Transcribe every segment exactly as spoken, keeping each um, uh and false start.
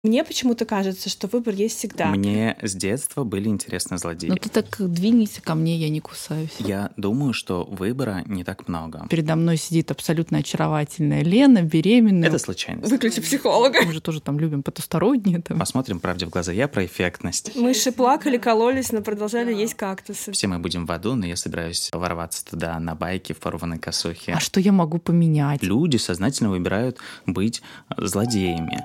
Мне почему-то кажется, что выбор есть всегда. Мне с детства были интересны злодеи. Ну ты так двинись ко мне, я не кусаюсь. Я думаю, что выбора не так много. Передо мной сидит абсолютно очаровательная Лена, беременная. Это случайность. Выключи психолога. Мы же тоже там любим потустороннее. Там. Посмотрим правде в глаза. Я про эффектность. Мыши плакали, кололись, но продолжали есть кактусы. Все мы будем в аду, но я собираюсь ворваться туда на байке в порванной косухе. А что я могу поменять? Люди сознательно выбирают быть злодеями.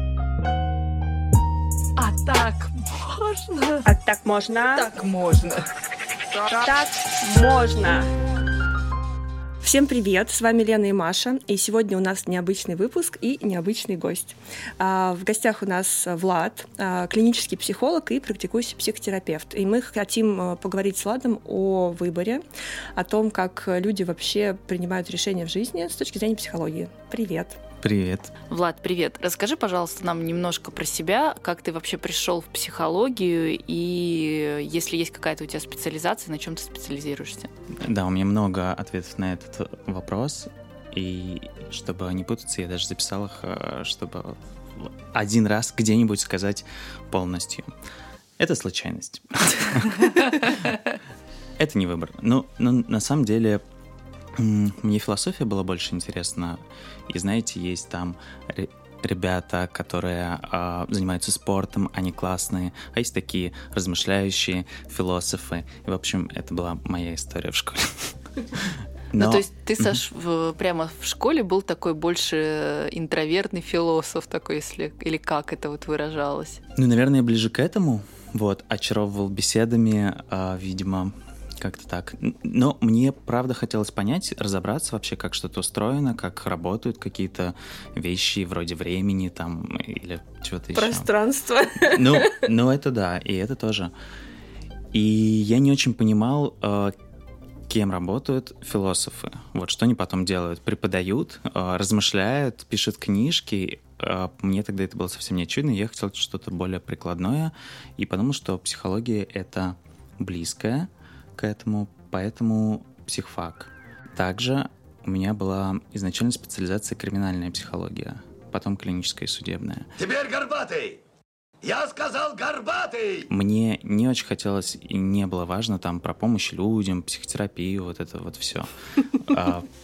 А так можно? А так можно? Так можно. Так можно. Всем привет, с вами Лена и Маша, и сегодня у нас необычный выпуск и необычный гость. В гостях у нас Влад, клинический психолог и практикующий психотерапевт. И мы хотим поговорить с Владом о выборе, о том, как люди вообще принимают решения в жизни с точки зрения психологии. Привет. Привет. Влад, привет. Расскажи, пожалуйста, нам немножко про себя, как ты вообще пришел в психологию, и если есть какая-то у тебя специализация, на чем ты специализируешься? Да, у меня много ответов на этот вопрос, и чтобы не путаться, я даже записал их, чтобы один раз где-нибудь сказать полностью. Это случайность. Это не выбор. Ну, на самом деле... Мне философия была больше интересна. И знаете, есть там ребята, которые э, занимаются спортом, они классные, а есть такие размышляющие философы. И, в общем, это была моя история в школе. Но... Ну, то есть ты, Саш, в, прямо в школе был такой больше интровертный философ такой, если или как это вот выражалось? Ну, наверное, ближе к этому. Вот, очаровывал беседами, э, видимо, как-то так. Но мне, правда, хотелось понять, разобраться вообще, как что-то устроено, как работают какие-то вещи вроде времени там или чего-то еще. Пространство. Ну, ну, это да, и это тоже. И я не очень понимал, кем работают философы. Вот что они потом делают. Преподают, размышляют, пишут книжки. Мне тогда это было совсем не очевидно. Я хотел что-то более прикладное. И подумал, что психология — это близкое к этому, поэтому психфак. Также у меня была изначально специализация криминальная психология, потом клиническая и судебная. Теперь горбатый! Я сказал горбатый! Мне не очень хотелось и не было важно там про помощь людям, психотерапию, вот это вот все. Ну,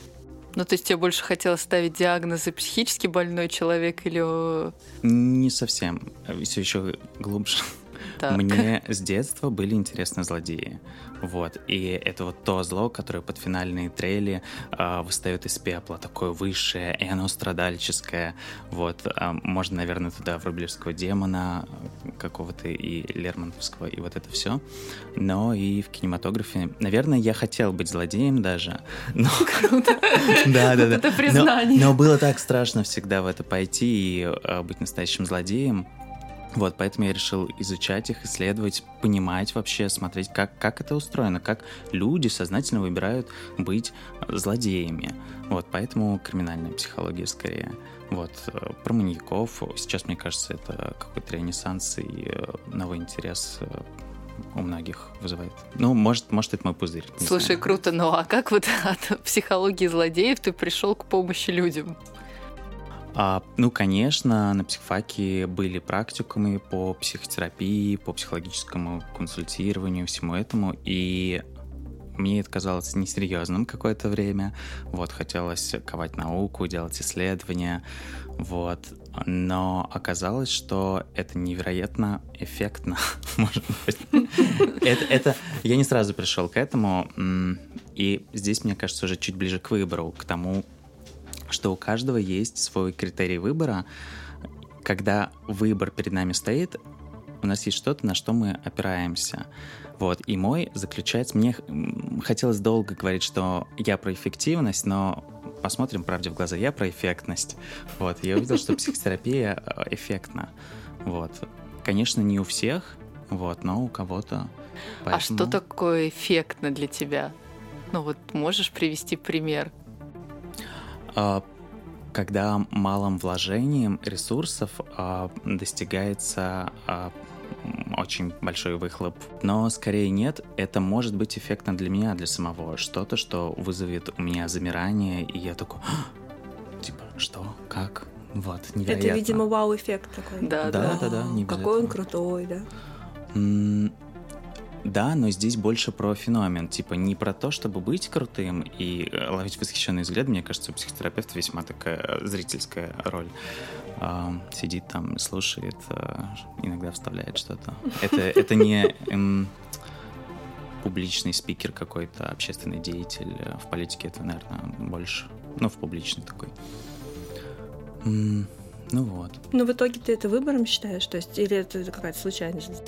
то есть тебе больше хотелось ставить диагнозы психически больной человек или... Не совсем, все еще глубже. Так. Мне с детства были интересны злодеи. Вот. И это вот то зло, которое под финальные трейли э, восстает из пепла, такое высшее, и оно страдальческое. Вот. Э, можно, наверное, туда Врублевского демона какого-то и Лермонтовского, и вот это все. Но и в кинематографе... Наверное, я хотел быть злодеем даже. Но... Круто. Да, да, да. Это признание. Но, но было так страшно всегда в это пойти и э, быть настоящим злодеем. Вот, поэтому я решил изучать их, исследовать, понимать вообще, смотреть, как, как это устроено, как люди сознательно выбирают быть злодеями. Вот, поэтому криминальная психология скорее. Вот, про маньяков сейчас, мне кажется, это какой-то ренессанс и новый интерес у многих вызывает. Ну, может, может это мой пузырь. Слушай, знаю. Круто, ну а как вот от психологии злодеев ты пришел к помощи людям? А, ну, конечно, на психфаке были практикумы по психотерапии, по психологическому консультированию, всему этому, и мне это казалось несерьезным какое-то время. Вот, хотелось ковать науку, делать исследования, вот. Но оказалось, что это невероятно эффектно, может быть. это, это... Я не сразу пришел к этому, и здесь, мне кажется, уже чуть ближе к выбору, к тому, что у каждого есть свой критерий выбора. Когда выбор перед нами стоит, у нас есть что-то, на что мы опираемся. Вот. И мой заключается... Мне хотелось долго говорить, что я про эффективность, но посмотрим правде в глаза. Я про эффектность. Вот. Я увидел, что психотерапия эффектна. Вот. Конечно, не у всех, вот, но у кого-то. Поэтому... А что такое эффектно для тебя? Ну вот можешь привести пример? Когда малым вложением ресурсов достигается очень большой выхлоп. Но скорее нет, это может быть эффектно для меня, для самого. Что-то, что вызовет у меня замирание, и я такой, типа, что, как, Вот, невероятно. Это, видимо, вау-эффект такой. Да, да, да, да, не без Какой он этого. крутой, да. М, Да, но здесь больше про феномен, типа не про то, чтобы быть крутым и э, ловить восхищенный взгляд. Мне кажется, у психотерапевта весьма такая зрительская роль. А, Сидит там, слушает, а, иногда вставляет что-то. Это, это не эм, публичный спикер какой-то, общественный деятель. В политике это, наверное, больше, ну, в публичный такой. М, Ну вот. Но в итоге ты это выбором считаешь? То есть, или это какая-то случайность?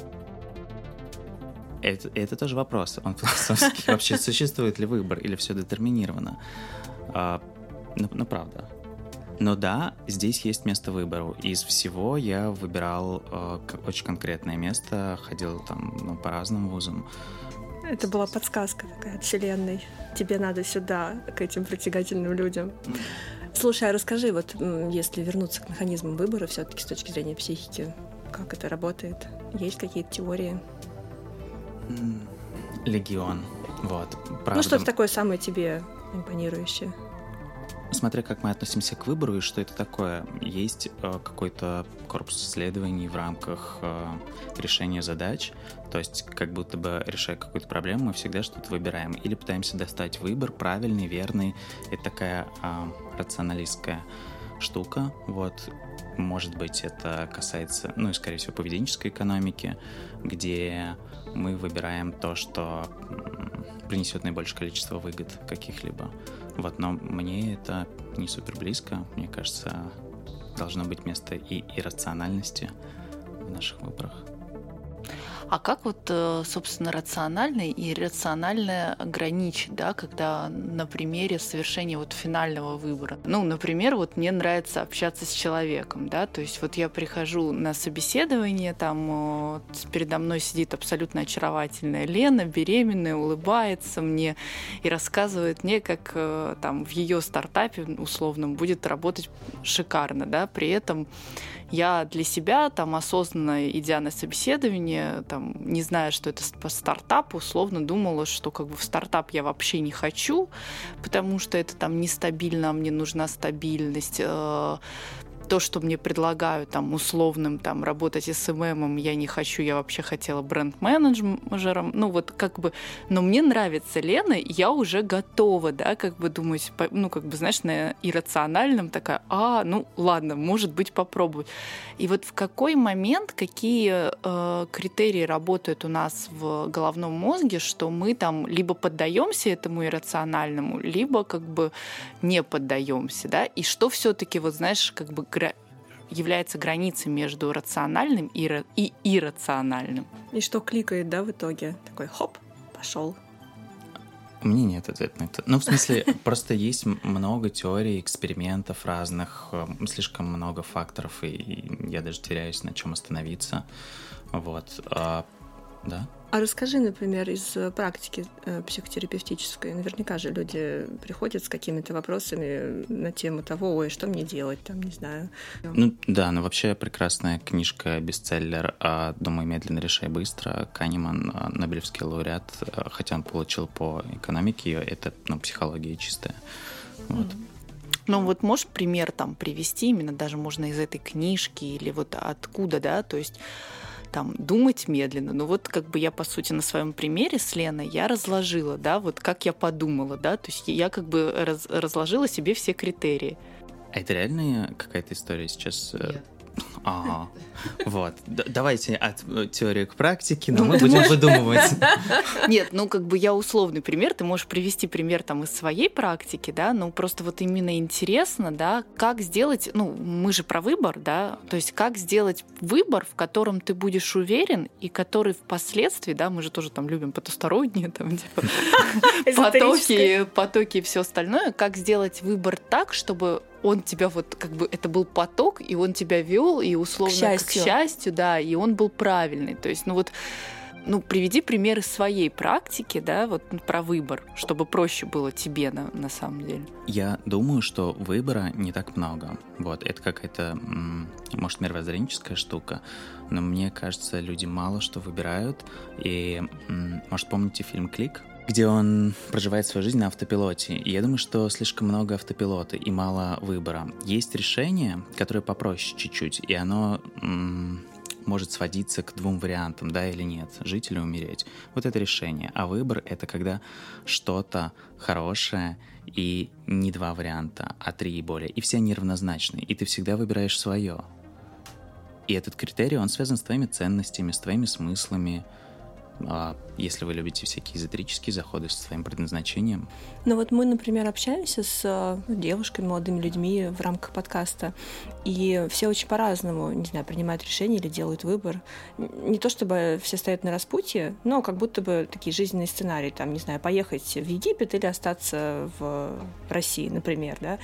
Это, это тоже вопрос. Он философский. Вообще, существует ли выбор или все детерминировано? А, ну, ну, правда. Но да, здесь есть место выбору. Из всего я выбирал э, к- очень конкретное место, ходил там ну, по разным вузам. Это была подсказка такая от вселенной. Тебе надо сюда, к этим притягательным людям. Слушай, а расскажи, вот м, если вернуться к механизмам выбора, все-таки с точки зрения психики, как это работает? Есть какие-то теории? М, Легион. Вот. Правда. Ну, что-то такое самое тебе импонирующее. Смотря как мы относимся к выбору и что это такое. Есть э, какой-то корпус исследований в рамках э, решения задач. То есть как будто бы, решая какую-то проблему, мы всегда что-то выбираем. Или пытаемся достать выбор правильный, верный. Это такая э, рационалистская штука. Вот. Может быть, это касается, ну и, скорее всего, поведенческой экономики, где мы выбираем то, что м, принесет наибольшее количество выгод каких-либо. Вот, но мне это не супер близко. Мне кажется, должно быть место и иррациональности в наших выборах. А как вот, э, собственно, рациональное и иррациональное ограничить, да, когда на примере совершения вот финального выбора? Ну, например, вот мне нравится общаться с человеком, да, то есть вот я прихожу на собеседование, там э, передо мной сидит абсолютно очаровательная Лена, беременная, улыбается мне и рассказывает мне, как э, там в ее стартапе условном будет работать шикарно, да, при этом я для себя, там, осознанно идя на собеседование, там, не зная, что это по стартапу, условно думала, что как бы в стартап я вообще не хочу, потому что это там нестабильно, а мне нужна стабильность. То, что мне предлагают там условным там работать эс эм эм, я не хочу, я вообще хотела бренд-менеджером. Ну вот как бы, но мне нравится Лена, и я уже готова, да, как бы думать, ну как бы, знаешь, на иррациональном такая, а, ну ладно, может быть, попробовать. И вот в какой момент, какие э, критерии работают у нас в головном мозге, что мы там либо поддаемся этому иррациональному, либо как бы не поддаемся, да, и что все-таки, вот знаешь, как бы является границей между рациональным и, ра- и иррациональным. И что кликает, да, в итоге? Такой хоп, пошел. У меня нет ответа на это. Ну, в смысле, просто есть много теорий, экспериментов разных, э, слишком много факторов, и я даже теряюсь, на чем остановиться. Вот. А, да? А расскажи, например, из практики э, психотерапевтической. Наверняка же люди приходят с какими-то вопросами на тему того, ой, что мне делать, там, не знаю. Ну, да, но вообще прекрасная книжка, бестселлер «Думай медленно, решай быстро». Канеман, нобелевский лауреат, хотя он получил по экономике ее, это, ну, психология чистая. Вот. Mm. Ну вот можешь пример там привести, именно даже можно из этой книжки или вот откуда, да, то есть там, думать медленно. Ну вот как бы я, по сути, на своем примере с Леной я разложила, да, вот как я подумала, да, то есть я как бы раз, разложила себе все критерии. А это реальная какая-то история сейчас? Нет. Ага. Вот. Д- давайте от теории к практике, но мы будем выдумывать. Нет, ну как бы я условный пример, ты можешь привести пример там из своей практики, да, но просто вот именно интересно, да, как сделать, ну мы же про выбор, да, то есть как сделать выбор, в котором ты будешь уверен и который впоследствии, да, мы же тоже там любим потусторонние, там типа потоки, потоки и все остальное, как сделать выбор так, чтобы он тебя вот как бы это был поток, и он тебя вел, и условно к счастью. к счастью, да, и он был правильный. То есть, ну вот, ну приведи примеры своей практики, да, вот про выбор, чтобы проще было тебе на, на самом деле. Я думаю, что выбора не так много. Вот, это какая-то, может, мировоззренческая штука, но мне кажется, люди мало что выбирают. И, может, помните фильм «Клик»? где он проживает свою жизнь на автопилоте. И я думаю, что слишком много автопилота и мало выбора. Есть решение, которое попроще чуть-чуть, и оно м- может сводиться к двум вариантам, да или нет, жить или умереть. Вот это решение. А выбор — это когда что-то хорошее, и не два варианта, а три и более. И все они равнозначны, и ты всегда выбираешь свое. И этот критерий, он связан с твоими ценностями, с твоими смыслами. Если вы любите всякие эзотерические заходы, со своим предназначением. Ну вот мы, например, общаемся с девушками, молодыми людьми в рамках подкаста, и все очень по-разному, не знаю, принимают решения или делают выбор. Не то чтобы все стоят на распутье, но как будто бы такие жизненные сценарии, там, не знаю, поехать в Египет или остаться в России, например, да.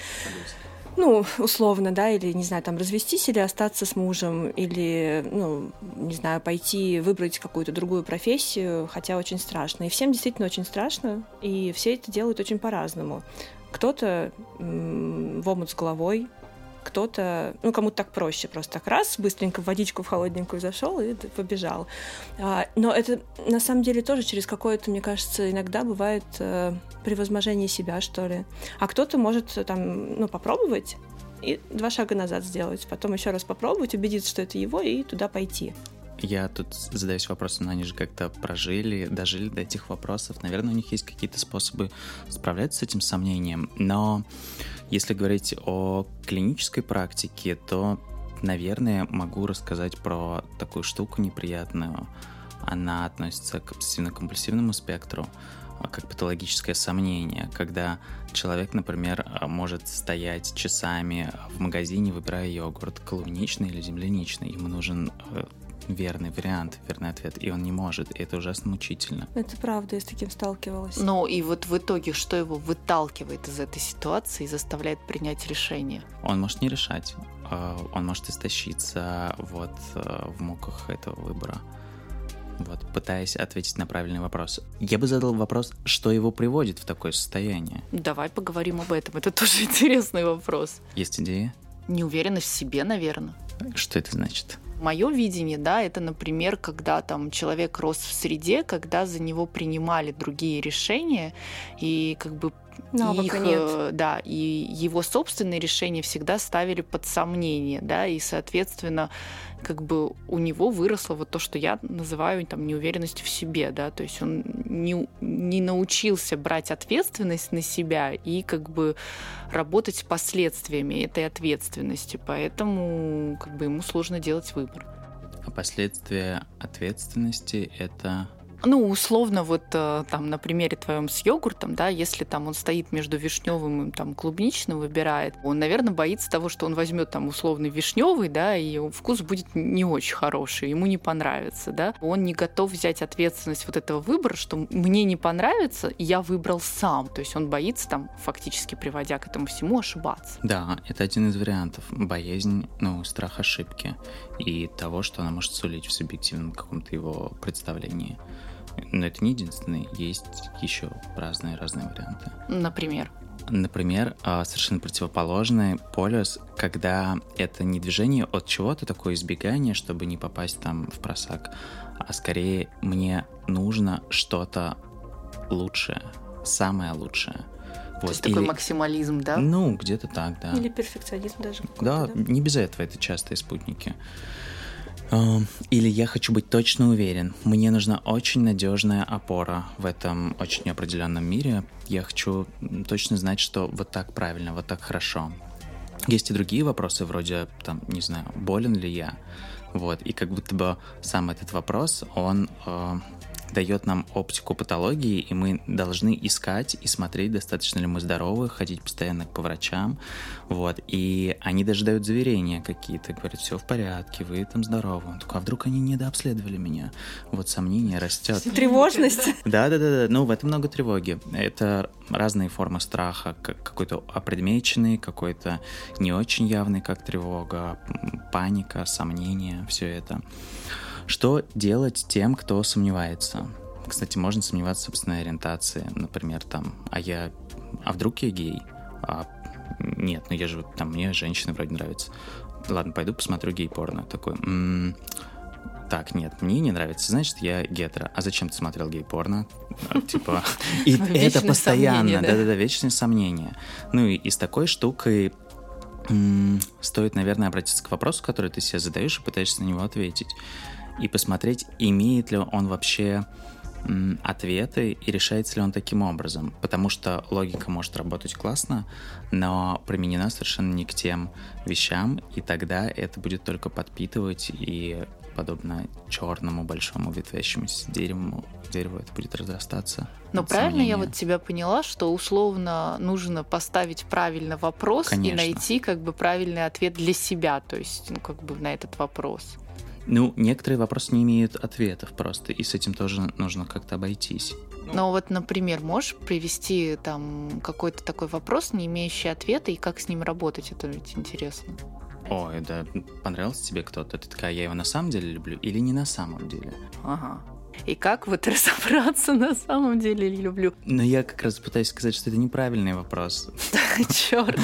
Ну, условно, да, или, не знаю, там, развестись или остаться с мужем, или, ну, не знаю, пойти выбрать какую-то другую профессию, хотя очень страшно. И всем действительно очень страшно, и все это делают очень по-разному. Кто-то м- в омут с головой, кто-то, ну, кому-то так проще, просто так раз, быстренько в водичку в холодненькую зашел и побежал. А, но это, на самом деле, тоже через какое-то, мне кажется, иногда бывает э, превозможение себя, что ли. А кто-то может там, ну, попробовать и два шага назад сделать, потом еще раз попробовать, убедиться, что это его, и туда пойти. Я тут задаюсь вопросом, но они же как-то прожили, дожили до этих вопросов. Наверное, у них есть какие-то способы справляться с этим сомнением. Но если говорить о клинической практике, то, наверное, могу рассказать про такую штуку неприятную. Она относится к обсессивно-компульсивному спектру, как патологическое сомнение, когда человек, например, может стоять часами в магазине, выбирая йогурт, клубничный или земляничный. Ему нужен верный вариант, верный ответ, и он не может, и это ужасно мучительно. Это правда, я с таким сталкивалась. Ну и вот в итоге, что его выталкивает из этой ситуации и заставляет принять решение? Он может не решать, он может истощиться вот в муках этого выбора, вот, пытаясь ответить на правильный вопрос. Я бы задал вопрос, что его приводит в такое состояние? Давай поговорим об этом, это тоже интересный вопрос. Есть идея? Неуверенность в себе, наверное. Что это значит? Мое видение, да, это, например, когда там человек рос в среде, когда за него принимали другие решения, и как бы их, нет. да, и его собственные решения всегда ставили под сомнение, да, и, соответственно, как бы у него выросло вот то, что я называю там неуверенностью в себе, да, то есть он не, не научился брать ответственность на себя и как бы работать с последствиями этой ответственности, поэтому как бы ему сложно делать выбор. А последствия ответственности — это... Ну, условно, вот там на примере твоем с йогуртом, да, если там он стоит между вишневым и там клубничным выбирает, он, наверное, боится того, что он возьмет там условный вишневый, да, и вкус будет не очень хороший, ему не понравится, да. Он не готов взять ответственность вот этого выбора, что мне не понравится, я выбрал сам. То есть он боится там, фактически приводя к этому всему, ошибаться. Да, это один из вариантов. Боязнь, ну, страх ошибки и того, что она может сулить в субъективном каком-то его представлении. Но это не единственный, есть еще разные-разные варианты. Например? Например, совершенно противоположный полюс, когда это не движение от чего-то, такое избегание, чтобы не попасть там в просак, а скорее мне нужно что-то лучшее, самое лучшее. То вот. есть такой Или... максимализм, да? Ну, где-то так, да. Или перфекционизм даже. Да, да, не без этого, это частые спутники. Или я хочу быть точно уверен. Мне нужна очень надежная опора в этом очень неопределенном мире. Я хочу точно знать, что вот так правильно, вот так хорошо. Есть и другие вопросы, вроде, там, не знаю, болен ли я. Вот, и как будто бы сам этот вопрос, он э, дает нам оптику патологии, и мы должны искать и смотреть, достаточно ли мы здоровы, ходить постоянно по врачам, вот, и они даже дают заверения какие-то, говорят, все в порядке, вы там здоровы. Он такой, а вдруг они недообследовали меня? Вот сомнение растет. Тревожность. Да-да-да, ну в этом много тревоги. Это разные формы страха, какой-то опредмеченный, какой-то не очень явный, как тревога, паника, сомнения, все это. Что делать тем, кто сомневается? Кстати, можно сомневаться в собственной ориентации. Например, там, а я... А вдруг я гей? А, нет, ну я же... Там, мне женщины вроде нравятся. Ладно, пойду посмотрю гей-порно. Такой... М-м, так, нет, мне не нравится, значит, я гетеро. А зачем ты смотрел гей-порно? Типа, и это постоянно, да-да-да, вечные сомнения. Ну и с такой штукой стоит, наверное, обратиться к вопросу, который ты себе задаешь, и пытаешься на него ответить. И посмотреть, имеет ли он вообще ответы и решается ли он таким образом. Потому что логика может работать классно, но применена совершенно не к тем вещам, и тогда это будет только подпитывать, и подобно черному большому ветвящемуся дереву, дереву это будет разрастаться. Но правильно сомнения. Я вот тебя поняла, что условно нужно поставить правильно вопрос, конечно, и найти как бы правильный ответ для себя, то есть ну, как бы на этот вопрос. Ну, некоторые вопросы не имеют ответов просто, и с этим тоже нужно как-то обойтись. Ну вот, например, можешь привести там какой-то такой вопрос, не имеющий ответа, и как с ним работать? Это ведь интересно. Ой, да, понравился тебе кто-то? Ты такая, я его на самом деле люблю или не на самом деле? Ага. И как вот разобраться на самом деле люблю? Но я как раз пытаюсь сказать, что это неправильный вопрос. Черт.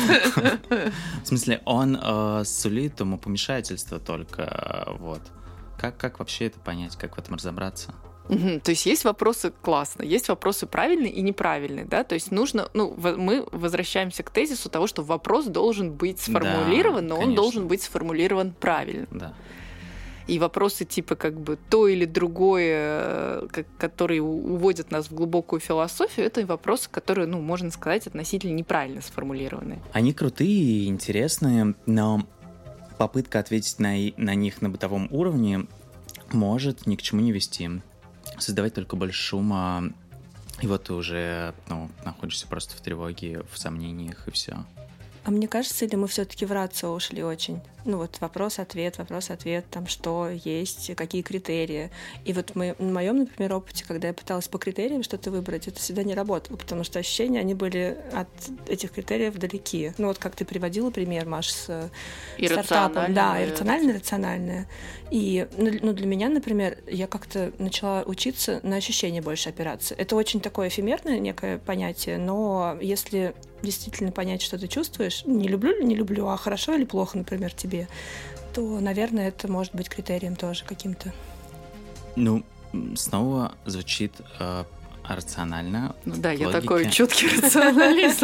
В смысле, он э, сулит ему помешательство только, вот. Как, как вообще это понять, как в этом разобраться? Угу. То есть есть вопросы классно, есть вопросы правильные и неправильные, да, то есть нужно, ну, мы возвращаемся к тезису того, что вопрос должен быть сформулирован, да, но конечно. Он должен быть сформулирован правильно. Да. И вопросы типа как бы то или другое, которые уводят нас в глубокую философию, это вопросы, которые, ну, можно сказать, относительно неправильно сформулированы. Они крутые и интересные, но попытка ответить на, на них на бытовом уровне может ни к чему не вести. Создавать только больше шума, и вот ты уже ну, находишься просто в тревоге, в сомнениях, и все. А мне кажется, или мы все-таки в рацио ушли очень? Ну вот вопрос-ответ, вопрос-ответ, там что есть, какие критерии. И вот в моем, например, опыте, когда я пыталась по критериям что-то выбрать, это всегда не работало, потому что ощущения, они были от этих критериев далеки. Ну вот как ты приводила пример, Маш, с стартапом. Да, иррациональное, рациональное. И ну, для меня, например, я как-то начала учиться на ощущения больше опираться. Это очень такое эфемерное некое понятие, но если действительно понять, что ты чувствуешь, не люблю или не люблю, а хорошо или плохо, например, тебе, то, наверное, это может быть критерием тоже каким-то. Ну, снова звучит э, рационально. Ну да, я такой чуткий рационалист.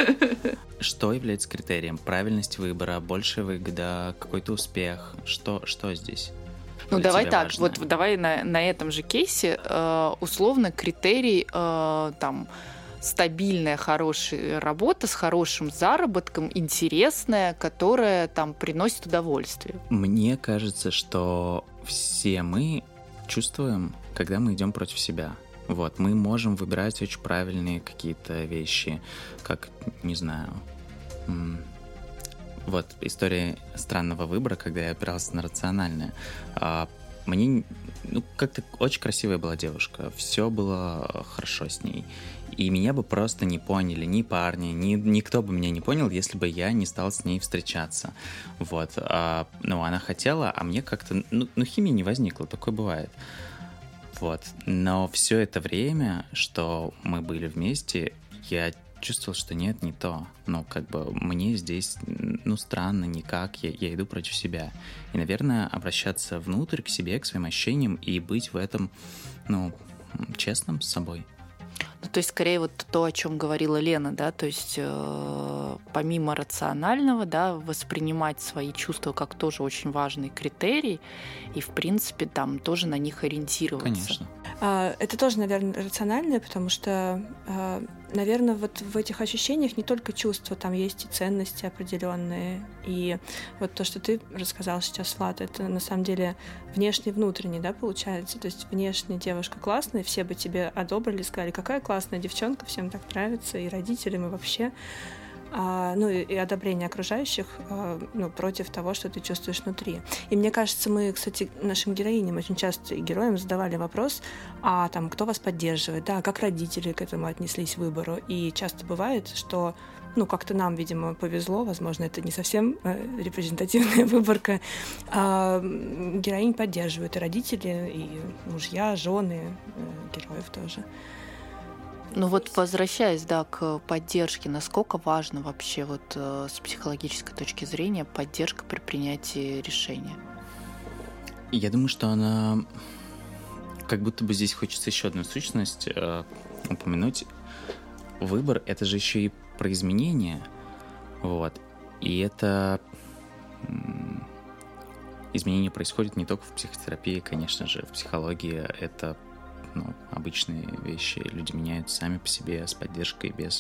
Что является критерием? Правильность выбора, большая выгода, какой-то успех? Что, что здесь? Ну, давай так, важно? Вот давай на, на этом же кейсе э, условно критерий э, там стабильная, хорошая работа с хорошим заработком, интересная, которая там приносит удовольствие. Мне кажется, что все мы чувствуем, когда мы идем против себя. Вот, мы можем выбирать очень правильные какие-то вещи, как, не знаю, м- вот история странного выбора, когда я опирался на рациональное. А, мне, ну, как-то очень красивая была девушка, все было хорошо с ней. И меня бы просто не поняли ни парни, ни, никто бы меня не понял, если бы я не стал с ней встречаться. Вот. А, ну, она хотела, а мне как-то... Ну, ну, химии не возникло, такое бывает. Вот. Но все это время, что мы были вместе, я чувствовал, что нет, не то. Ну, как бы мне здесь, ну, странно, никак, я, я иду против себя. И, наверное, обращаться внутрь, к себе, к своим ощущениям и быть в этом, ну, честным с собой. Ну, то есть, скорее, вот то, о чем говорила Лена, да, то есть, э, помимо рационального, да, воспринимать свои чувства как тоже очень важный критерий, и, в принципе, там тоже на них ориентироваться. Конечно. Это тоже, наверное, рациональное, потому что, наверное, вот в этих ощущениях не только чувства, там есть и ценности определенные. И вот то, что ты рассказал сейчас, Влад, это на самом деле внешне и внутренне, да, получается. То есть внешне девушка классная, все бы тебе одобрили, сказали, какая классная девчонка, всем так нравится, и родителям, и вообще. А, ну и, и одобрение окружающих а, ну, против того, что ты чувствуешь внутри. И мне кажется, мы, кстати, нашим героиням очень часто и героям задавали вопрос, а там, кто вас поддерживает, да, как родители к этому отнеслись к выбору. И часто бывает, что ну, как-то нам, видимо, повезло, возможно, это не совсем э, репрезентативная выборка, а героинь поддерживают и родители, и мужья, жены, э, героев тоже. Ну вот возвращаясь, да, к поддержке, насколько важно вообще вот э, с психологической точки зрения поддержка при принятии решения? Я думаю, что она... Как будто бы здесь хочется еще одну сущность э, упомянуть. Выбор — это же еще и про изменения. Вот. И это... Изменения происходят не только в психотерапии, конечно же, в психологии. Это ну, обычные вещи. Люди меняются сами по себе, с поддержкой, без.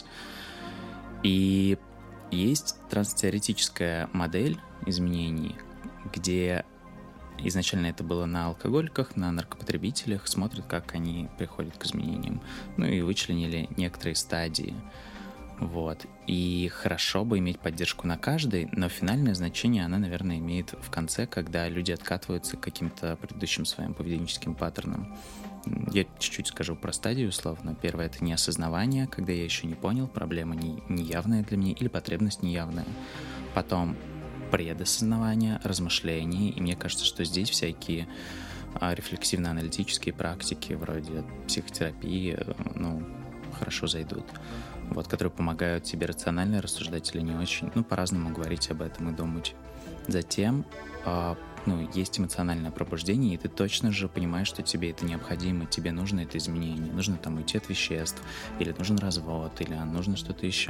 И есть транстеоретическая модель изменений, где изначально это было на алкоголиках, на наркопотребителях, смотрят, как они приходят к изменениям. Ну и вычленили некоторые стадии. Вот. И хорошо бы иметь поддержку на каждой, но финальное значение она, наверное, имеет в конце, когда люди откатываются к каким-то предыдущим своим поведенческим паттернам. Я чуть-чуть скажу про стадию условно. Первое — это неосознавание, когда я еще не понял, проблема не, неявная для меня или потребность неявная. Потом предосознавание, размышления, и мне кажется, что здесь всякие а, рефлексивно-аналитические практики вроде психотерапии, ну, хорошо зайдут. Вот, которые помогают тебе рационально рассуждать или не очень, ну, по-разному говорить об этом и думать. Затем, э, ну, есть эмоциональное пробуждение, и ты точно же понимаешь, что тебе это необходимо, тебе нужно это изменение, нужно там уйти от веществ, или нужен развод, или нужно что-то еще.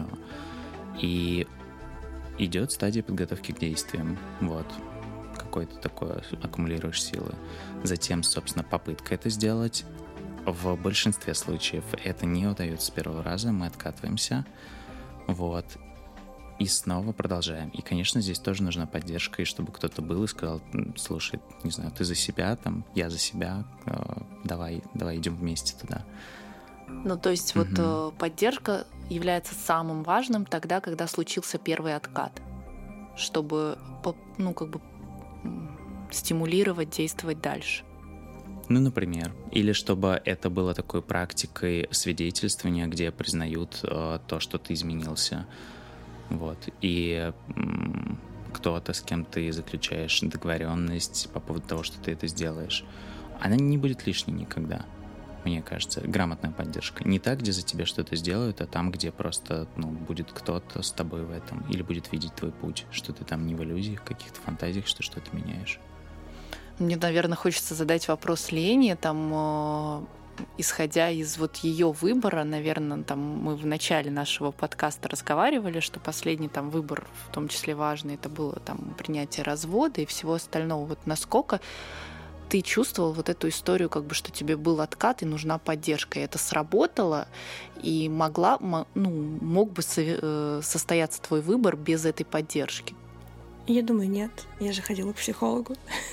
И идет стадия подготовки к действиям, вот, какой-то такой аккумулируешь силы. Затем, собственно, попытка это сделать. В большинстве случаев это не удается с первого раза, мы откатываемся, вот, и снова продолжаем. И, конечно, здесь тоже нужна поддержка, и чтобы кто-то был и сказал: слушай, не знаю, ты за себя, там, я за себя, э, давай, давай идем вместе туда. Ну, то есть угу. вот поддержка является самым важным тогда, когда случился первый откат, чтобы, ну, как бы стимулировать, действовать дальше. Ну, например. Или чтобы это было такой практикой свидетельствования, где признают э, то, что ты изменился. Вот. И м- кто-то, с кем ты заключаешь договоренность по поводу того, что ты это сделаешь, она не будет лишней никогда, мне кажется. Грамотная поддержка. Не так, где за тебя что-то сделают, а там, где просто ну, будет кто-то с тобой в этом. Или будет видеть твой путь, что ты там не в иллюзиях, каких-то фантазиях, что что-то меняешь. Мне, наверное, хочется задать вопрос Лене, там, э, исходя из вот ее выбора, наверное, там мы в начале нашего подкаста разговаривали, что последний там выбор, в том числе важный, это было там принятие развода и всего остального. Вот насколько ты чувствовал вот эту историю, как бы, что тебе был откат и нужна поддержка, и это сработало, и могла, ну, мог бы состояться твой выбор без этой поддержки? Я думаю, нет. Я же ходила к психологу.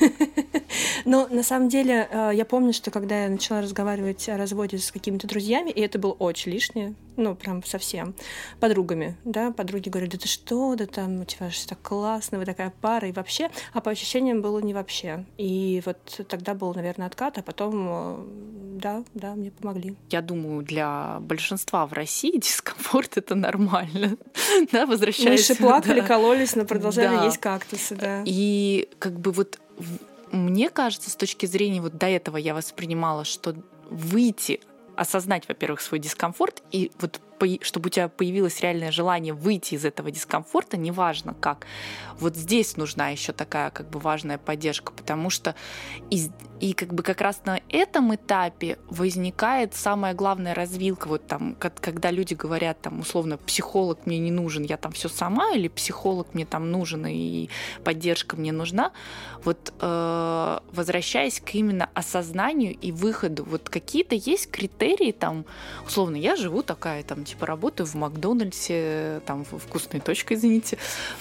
Но на самом деле я помню, что когда я начала разговаривать о разводе с какими-то друзьями, и это было очень лишнее, ну, прям совсем, подругами, да, подруги говорили: да ты что, да там у тебя же так классно, вы такая пара, и вообще, а по ощущениям было не вообще. И вот тогда был, наверное, откат, а потом, да, да, мне помогли. Я думаю, для большинства в России дискомфорт — это нормально, да, возвращаясь... Мыши плакали, да. кололись, но продолжали да. есть кактусы, да. И как бы вот мне кажется, с точки зрения вот до этого я воспринимала, что выйти, осознать, во-первых, свой дискомфорт, и вот чтобы у тебя появилось реальное желание выйти из этого дискомфорта, неважно как. Вот здесь нужна еще такая как бы важная поддержка, потому что и, и как бы как раз на этом этапе возникает самая главная развилка. Вот там, когда люди говорят, там, условно, психолог мне не нужен, я там все сама, или психолог мне там нужен, и поддержка мне нужна. Вот э, возвращаясь к именно осознанию и выходу, вот какие-то есть критерии, там, условно, я живу такая, там, типа, работаю в Макдональдсе, там, вкусной точкой, извините,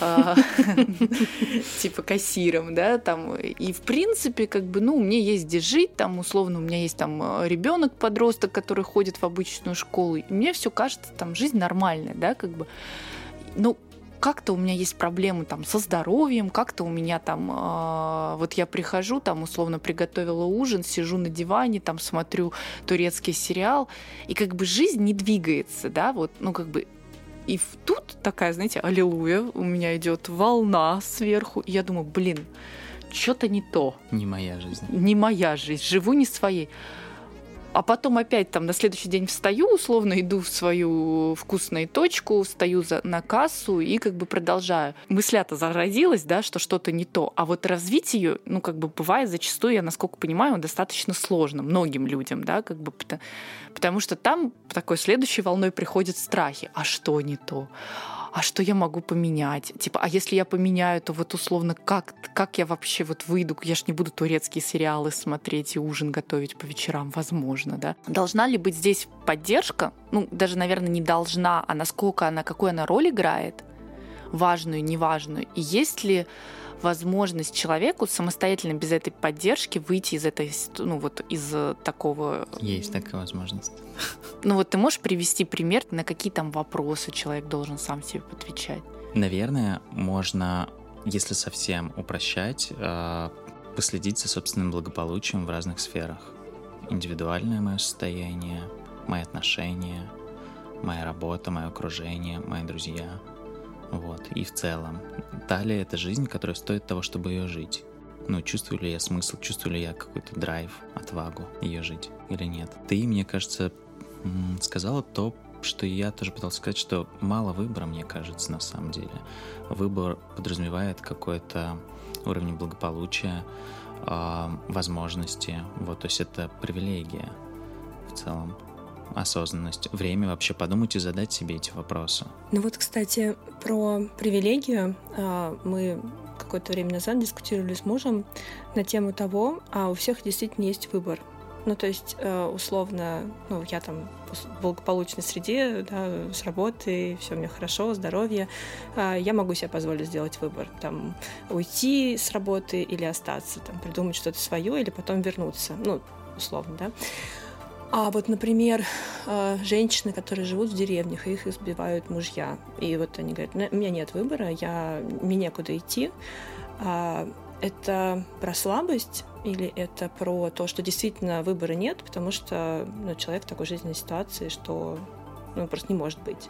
типа кассиром, да, там, и в принципе, как бы, ну, мне есть где жить, там, условно, у меня есть там ребенок, подросток, который ходит в обычную школу, и мне все кажется, там, жизнь нормальная, да, как бы, ну, как-то у меня есть проблемы там со здоровьем, как-то у меня там, э, вот я прихожу, там условно приготовила ужин, сижу на диване, там смотрю турецкий сериал, и как бы жизнь не двигается, да, вот, ну как бы, и тут такая, знаете, аллилуйя, у меня идет волна сверху, и я думаю, блин, что-то не то. Не моя жизнь. Не моя жизнь, живу не своей. а потом опять там на следующий день встаю, условно иду в свою вкусную точку, встаю за, на кассу и как бы продолжаю. Мысля-то зародилась, да, что что-то не то. А вот развить ее, ну, как бы бывает зачастую, я, насколько понимаю, достаточно сложно многим людям, да, как бы, потому, потому что там такой следующей волной приходят страхи. А что не то? А что я могу поменять? Типа, а если я поменяю, то вот условно, как, как я вообще вот выйду? Я ж не буду турецкие сериалы смотреть и ужин готовить по вечерам, возможно, да? Должна ли быть здесь поддержка? Ну, даже, наверное, не должна, а насколько она, какую она роль играет? Важную, неважную. И есть ли возможность человеку самостоятельно без этой поддержки выйти из этой, ну вот из такого... Есть такая возможность. Ну вот ты можешь привести пример, на какие там вопросы человек должен сам себе отвечать? Наверное, можно, если совсем упрощать, последить за собственным благополучием в разных сферах. Индивидуальное мое состояние, мои отношения, моя работа, мое окружение, мои друзья. Вот, и в целом. Далее это жизнь, которая стоит того, чтобы ее жить. Ну, чувствую ли я смысл, чувствую ли я какой-то драйв, отвагу ее жить или нет. Ты, мне кажется, сказала то, что я тоже пытался сказать, что мало выбора, мне кажется, на самом деле. Выбор подразумевает какой-то уровень благополучия, возможности. Вот, то есть это привилегия в целом. Осознанность, время вообще подумать и задать себе эти вопросы. Ну вот, кстати, про привилегию мы какое-то время назад дискутировали с мужем на тему того, а у всех действительно есть выбор. Ну, то есть, условно, ну, я там в благополучной среде, да, с работы, все у меня хорошо, здоровье, я могу себе позволить сделать выбор, там, уйти с работы или остаться, там, придумать что-то свое или потом вернуться, ну, условно, да. А вот, например, женщины, которые живут в деревнях, их избивают мужья. И вот они говорят, у меня нет выбора, я, мне некуда идти. Это про слабость или это про то, что действительно выбора нет, потому что ну, человек в такой жизненной ситуации, что ну, просто не может быть.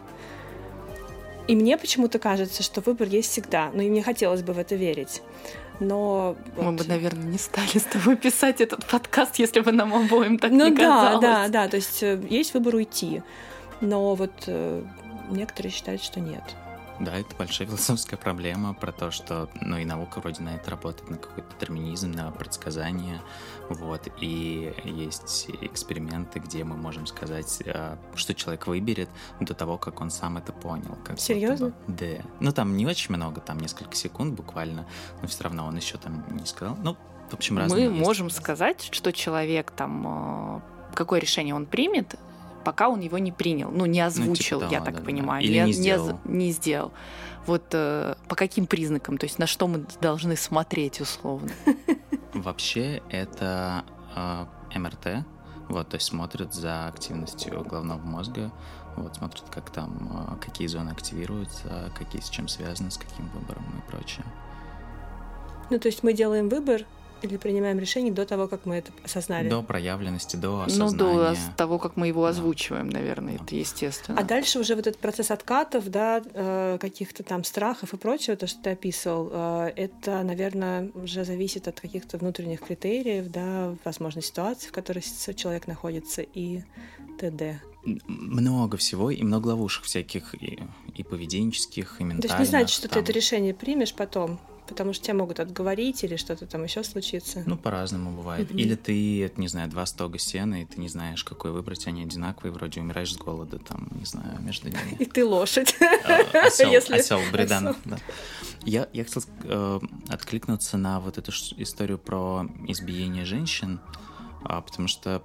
И мне почему-то кажется, что выбор есть всегда. Ну и мне хотелось бы в это верить. Но мы вот... бы, наверное, не стали с тобой писать этот подкаст, если бы нам обоим так ну, не да, казалось. Да, да, то есть есть выбор уйти, но вот э, некоторые считают, что нет. Да, это большая философская проблема про то, что, ну, и наука вроде на это работает, на какой-то детерминизм, на предсказание, вот, и есть эксперименты, где мы можем сказать, что человек выберет до того, как он сам это понял. Как серьезно? Да. Ну, там не очень много, там несколько секунд буквально, но все равно он еще там не сказал. Ну, в общем, разные Мы есть. можем сказать, что человек там, какое решение он примет, пока он его не принял, ну, не озвучил, ну, типа того, я так да, понимаю. Да. Или не, не сделал. Не, не сделал. Вот э, по каким признакам, то есть на что мы должны смотреть условно? Вообще это э, эм эр тэ, вот, то есть смотрят за активностью головного мозга, вот, смотрят, как там, э, какие зоны активируются, какие с чем связаны, с каким выбором и прочее. Ну, то есть мы делаем выбор или принимаем решение до того, как мы это осознали? До проявленности, до осознания. Ну, до того, как мы его озвучиваем, да. наверное, Да. это естественно. А дальше уже вот этот процесс откатов, да, каких-то там страхов и прочего, то, что ты описывал, это, наверное, уже зависит от каких-то внутренних критериев, да, возможно, ситуации, в которой человек находится, и т.д. Много всего, и много ловушек всяких, и, и поведенческих, и ментальных. То есть не значит, что там... ты это решение примешь потом, потому что тебя могут отговорить или что-то там еще случится. Ну, по-разному бывает. Mm-hmm. Или ты, не знаю, два стога сена, и ты не знаешь, какой выбрать, они одинаковые, вроде умираешь с голода, там, не знаю, между ними. И ты лошадь. Осел Бреданов, да. Я хотел откликнуться на вот эту историю про избиение женщин, потому что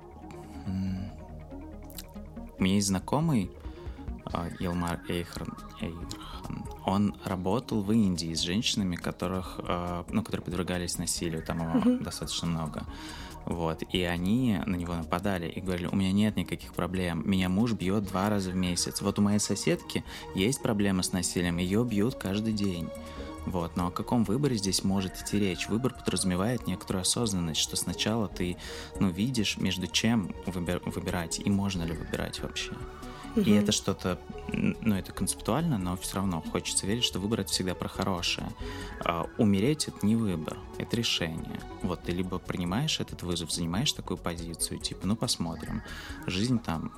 у меня есть знакомый, Илмар Эйхран, он работал в Индии с женщинами, которых, ну, которые подвергались насилию, там его uh-huh. достаточно много. Вот. И они на него нападали и говорили, у меня нет никаких проблем, меня муж бьет два раза в месяц. Вот у моей соседки есть проблема с насилием, ее бьют каждый день. Вот. Но о каком выборе здесь может идти речь? Выбор подразумевает некоторую осознанность, что сначала ты, ну, видишь, между чем выбир- выбирать, и можно ли выбирать вообще. Угу. И это что-то, ну, это концептуально, но все равно хочется верить, что выбор — это всегда про хорошее. А умереть — это не выбор, это решение. Вот ты либо принимаешь этот вызов, занимаешь такую позицию, типа, ну, посмотрим. Жизнь там,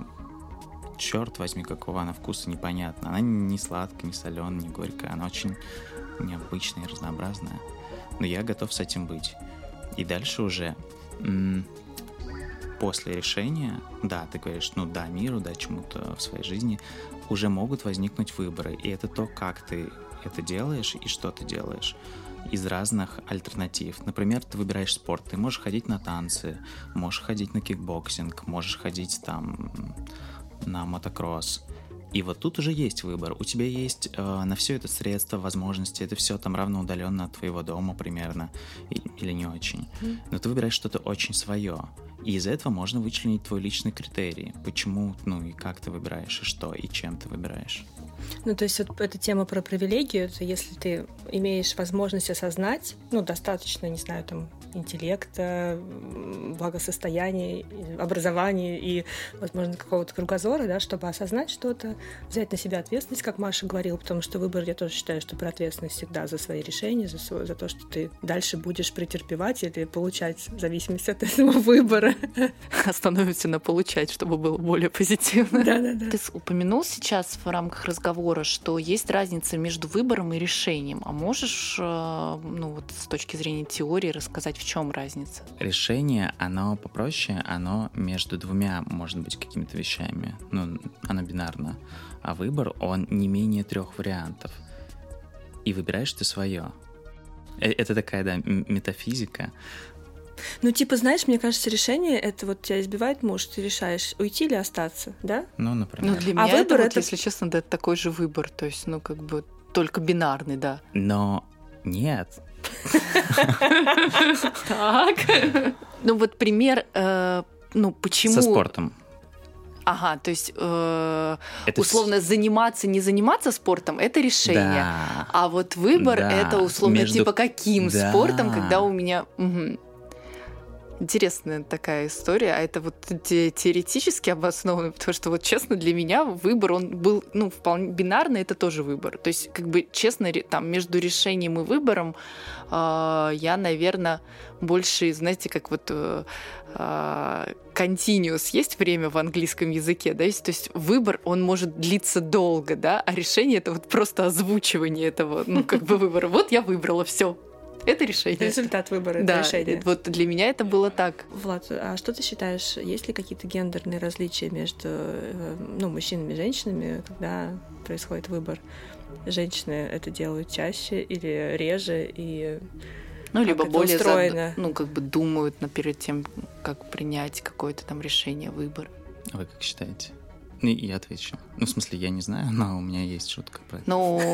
черт возьми, какого она вкуса, непонятно. Она не сладкая, не соленая, не горькая, она очень необычная и разнообразная. Но я готов с этим быть. И дальше уже м- после решения, да, ты говоришь, ну да, миру, да, чему-то в своей жизни, уже могут возникнуть выборы. И это то, как ты это делаешь и что ты делаешь из разных альтернатив. Например, ты выбираешь спорт, ты можешь ходить на танцы, можешь ходить на кикбоксинг, можешь ходить там на мотокросс. И вот тут уже есть выбор. У тебя есть э, на все это средства, возможности, это все там равноудаленно от твоего дома примерно, и, или не очень. Но ты выбираешь что-то очень свое. И из этого можно вычленить твой личный критерий. Почему, ну и как ты выбираешь, и что, и чем ты выбираешь. Ну, то есть вот эта тема про привилегию, это если ты имеешь возможность осознать, ну, достаточно, не знаю, там, интеллекта, благосостояния, образования и, возможно, какого-то кругозора, да, чтобы осознать что-то, взять на себя ответственность, как Маша говорила, потому что выбор, я тоже считаю, что про ответственность всегда за свои решения, за, свой, за то, что ты дальше будешь претерпевать или получать в зависимости от этого выбора. Остановимся на получать, чтобы было более позитивно. Да-да-да. Ты упомянул сейчас в рамках разговора, что есть разница между выбором и решением. А можешь, ну вот с точки зрения теории, рассказать, в чем разница? Решение, оно попроще, оно между двумя, может быть, какими-то вещами. Ну, оно бинарно. А выбор, он не менее трех вариантов. И выбираешь ты свое. Это такая, да, метафизика. Ну, типа, знаешь, мне кажется, решение — это вот тебя избивает муж, ты решаешь, уйти или остаться, да? Ну, например. Ну, для а меня выбор это, это, вот, если честно, да, это такой же выбор. То есть, ну, как бы только бинарный, да. Но нет. Так. Ну, вот пример, ну, почему... Со спортом. Ага, то есть э, условно вс... заниматься, не заниматься спортом — это решение. Да. А вот выбор да. — это условно Между... типа каким да. спортом, когда у меня... Угу. Интересная такая история, а это вот теоретически обосновано, потому что вот честно для меня выбор, он был, ну, вполне бинарный, это тоже выбор. То есть, как бы, честно, там, между решением и выбором э, я, наверное, больше, знаете, как вот э, continuous есть время в английском языке, да, то есть выбор, он может длиться долго, да, а решение — это вот просто озвучивание этого, ну, как бы выбора. Вот я выбрала, все. Это решение. Результат выбора, да, это решение. Вот для меня это было так. Влад, а что ты считаешь, есть ли какие-то гендерные различия между, ну, мужчинами и женщинами, когда происходит выбор? Женщины это делают чаще или реже, и ну, либо более устроено? Зад... ну, как бы думают на перед тем, как принять какое-то там решение, выбор. А вы как считаете? Ну, я отвечу. Ну, в смысле, я не знаю, но у меня есть шутка про это. Ну,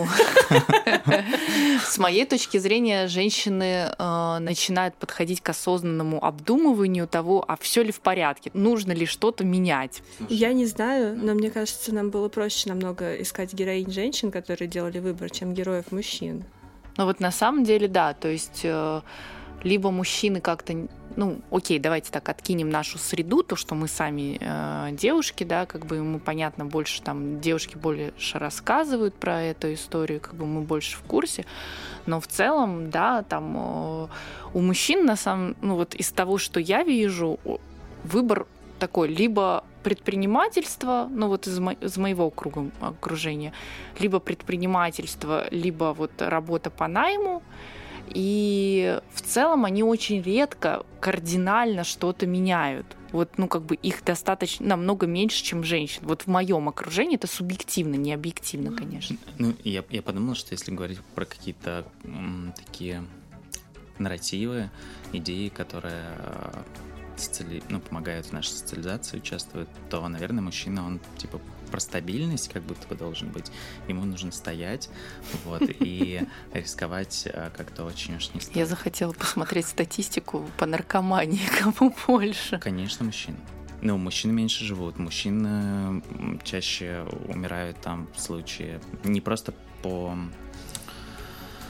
с моей точки зрения, женщины начинают подходить к осознанному обдумыванию того, а все ли в порядке, нужно ли что-то менять. Я не знаю, но мне кажется, нам было проще намного искать героинь женщин, которые делали выбор, чем героев мужчин. Ну вот на самом деле, да, то есть либо мужчины как-то, ну, окей, давайте так откинем нашу среду, то, что мы сами э, девушки, да, как бы мы, понятно, больше там, девушки больше рассказывают про эту историю, как бы мы больше в курсе, но в целом, да, там э, у мужчин, на самом, ну, вот из того, что я вижу, выбор такой, либо предпринимательство, ну, вот из, мо- из моего круга окружения, либо предпринимательство, либо вот работа по найму. И в целом они очень редко кардинально что-то меняют. Вот, ну, как бы их достаточно, намного меньше, чем женщин. Вот в моем окружении это субъективно, не объективно, конечно. Ну, я, я подумала, что если говорить про какие-то м, такие нарративы, идеи, которые социали... ну, помогают в нашей социализации, участвуют, то, наверное, мужчина, он типа про стабильность как будто бы должен быть. Ему нужно стоять, вот, и рисковать как-то очень уж не стоит. Я захотела посмотреть статистику по наркомании, кому больше. Конечно, мужчин. Ну, мужчины меньше живут, мужчины чаще умирают там в случае не просто по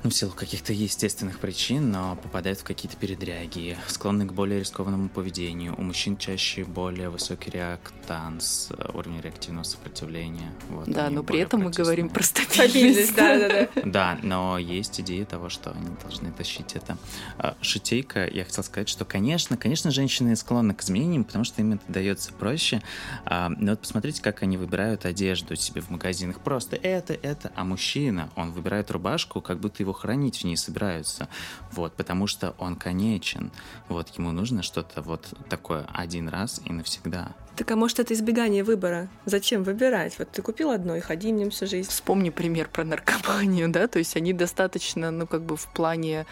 ну, в силу каких-то естественных причин, но попадают в какие-то передряги, склонны к более рискованному поведению. У мужчин чаще более высокий реактанс, уровень реактивного сопротивления. Вот, да, но при этом протестные. Мы говорим про стабильность. Да, да, да. Да, но есть идея того, что они должны тащить это. Шутейка, я хотел сказать, что, конечно, конечно, женщины склонны к изменениям, потому что им это дается проще. Но вот посмотрите, как они выбирают одежду себе в магазинах. Просто это, это. А мужчина, он выбирает рубашку, как будто его хранить в ней собираются, вот, потому что он конечен, вот, ему нужно что-то вот такое один раз и навсегда. Так, а может, это избегание выбора? Зачем выбирать? Вот ты купил одно и ходи в нем всю жизнь. Вспомни пример про наркоманию, да, то есть они достаточно, ну, как бы в плане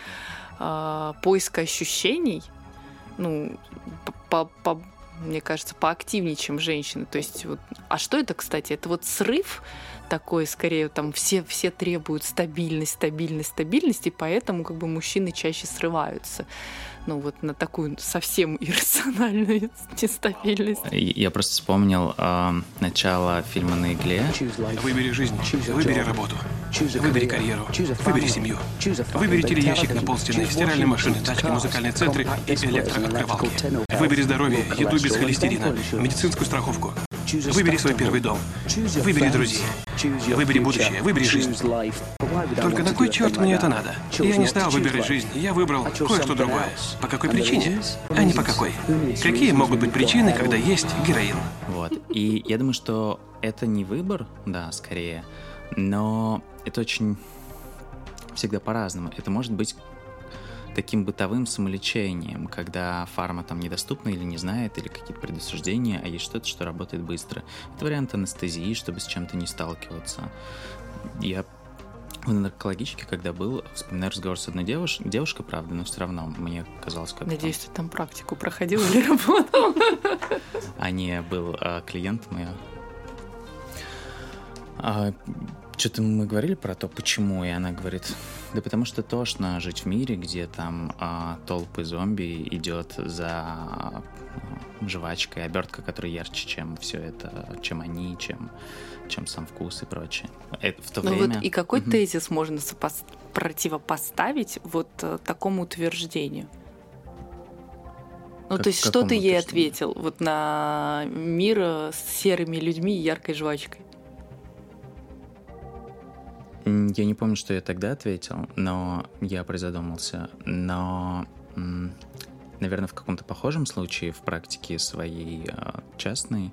э, поиска ощущений, ну, по, по, мне кажется, поактивнее, чем женщины, то есть вот, а что это, кстати, это вот срыв такой, скорее, там все, все требуют стабильность, стабильность, стабильность, и поэтому как бы мужчины чаще срываются. Ну вот на такую совсем иррациональную нестабильность. Я просто вспомнил э, начало фильма «На игле». Выбери жизнь, выбери работу, выбери карьеру, выбери семью. Выбери телеящик на полстены, стиральные машины, тачки, музыкальные центры и электрооткрывалки. Выбери здоровье, еду без холестерина, медицинскую страховку. Выбери свой первый дом. Выбери друзей. Выбери будущее. Выбери жизнь. Только на кой черт мне это надо? Я не стал выбирать жизнь. Я выбрал кое-что другое. По какой причине? А не по какой. Какие могут быть причины, когда есть героин? Вот. И я думаю, что это не выбор, да, скорее, но это очень всегда по-разному. Это может быть таким бытовым самолечением, когда фарма там недоступна или не знает, или какие-то предосуждения, а есть что-то, что работает быстро. Это вариант анестезии, чтобы с чем-то не сталкиваться. Я в наркологичке, когда был, вспоминаю разговор с одной девуш... девушкой, правда, но все равно мне казалось как-то... Надеюсь, ты там практику проходил или работал? А не, был а, клиент мой. А, что-то мы говорили про то, почему, и она говорит, да потому что тошно жить в мире, где там а, толпы зомби идет за а, жвачкой, обертка, которая ярче, чем все это, чем они, чем, чем сам вкус и прочее. Это в то ну время... Вот и какой угу. тезис можно сопо- противопоставить вот а, такому утверждению? Ну, Как, то есть, что ты ей утверждению? ответил вот на мир с серыми людьми и яркой жвачкой? Я не помню, что я тогда ответил, но я призадумался. Но, наверное, в каком-то похожем случае в практике своей частной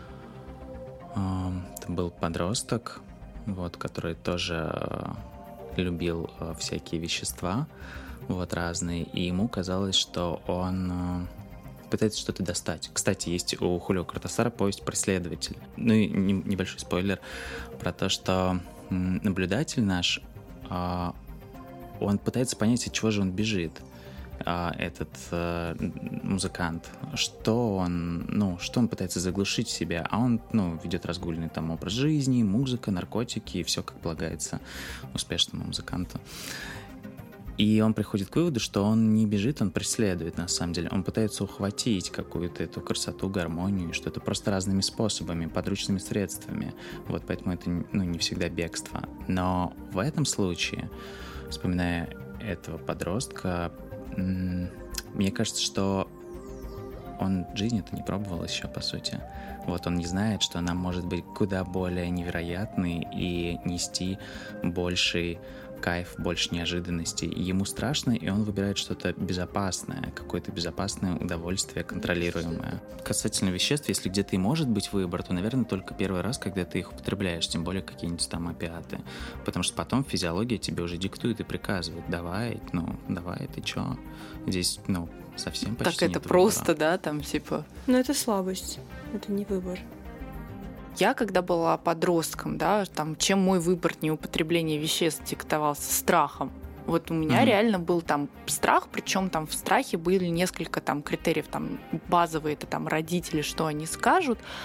это был подросток, вот, который тоже любил всякие вещества, вот, разные, и ему казалось, что он пытается что-то достать. Кстати, есть у Хулио Кортасара повесть «Преследователь». Ну и небольшой спойлер про то, что наблюдатель наш, он пытается понять, от чего же он бежит, этот музыкант, что он, ну, что он пытается заглушить в себя, а он, ну, ведет разгульный там образ жизни, музыка, наркотики, и все как полагается успешному музыканту. И он приходит к выводу, что он не бежит, он преследует, на самом деле. Он пытается ухватить какую-то эту красоту, гармонию, что-то просто разными способами, подручными средствами. Вот поэтому это, ну, не всегда бегство. Но в этом случае, вспоминая этого подростка, мне кажется, что он жизнь-то не пробовал еще, по сути. Вот он не знает, что она может быть куда более невероятной и нести больший кайф, больше неожиданностей. Ему страшно, и он выбирает что-то безопасное, какое-то безопасное удовольствие, контролируемое. Касательно веществ, если где-то и может быть выбор, то, наверное, только первый раз, когда ты их употребляешь, тем более какие-нибудь там опиаты. Потому что потом физиология тебе уже диктует и приказывает: давай, ну, давай, ты чё? Здесь, ну, совсем почти так это нет просто, выбора. Да, там типа... Но это слабость, это не выбор. Я, когда была подростком, да, там, чем мой выбор неупотребления веществ диктовался? Страхом. Вот у меня mm-hmm. реально был там страх, причем там в страхе были несколько там критериев, там базовые, это там родители, что они скажут,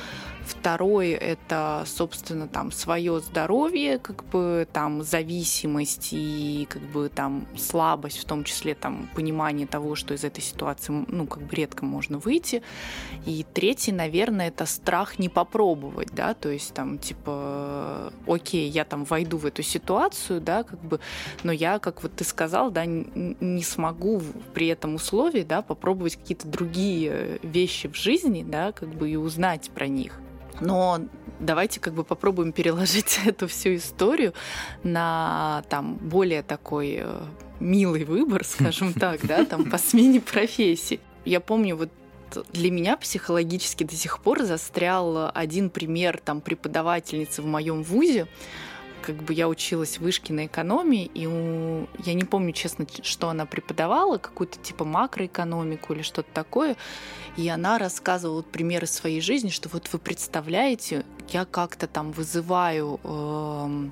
Второе — это, собственно, там свое здоровье, как бы там зависимость и как бы там слабость, в том числе там понимание того, что из этой ситуации, ну, как бы редко можно выйти. И третье, наверное, это страх не попробовать, да, то есть там типа, окей, я там войду в эту ситуацию, да, как бы, но я, как вот ты сказал, да, не смогу при этом условии, да, попробовать какие-то другие вещи в жизни, да, как бы и узнать про них. Но давайте как бы попробуем переложить эту всю историю на там более такой э, милый выбор, скажем так, да, там по смене профессий. Я помню, вот для меня психологически до сих пор застрял один пример там преподавательницы в моем вузе. Как бы я училась в вышке на экономии, и у... я не помню, честно, что она преподавала, какую-то типа макроэкономику или что-то такое, и она рассказывала вот примеры своей жизни, что вот вы представляете, я как-то там вызываю э,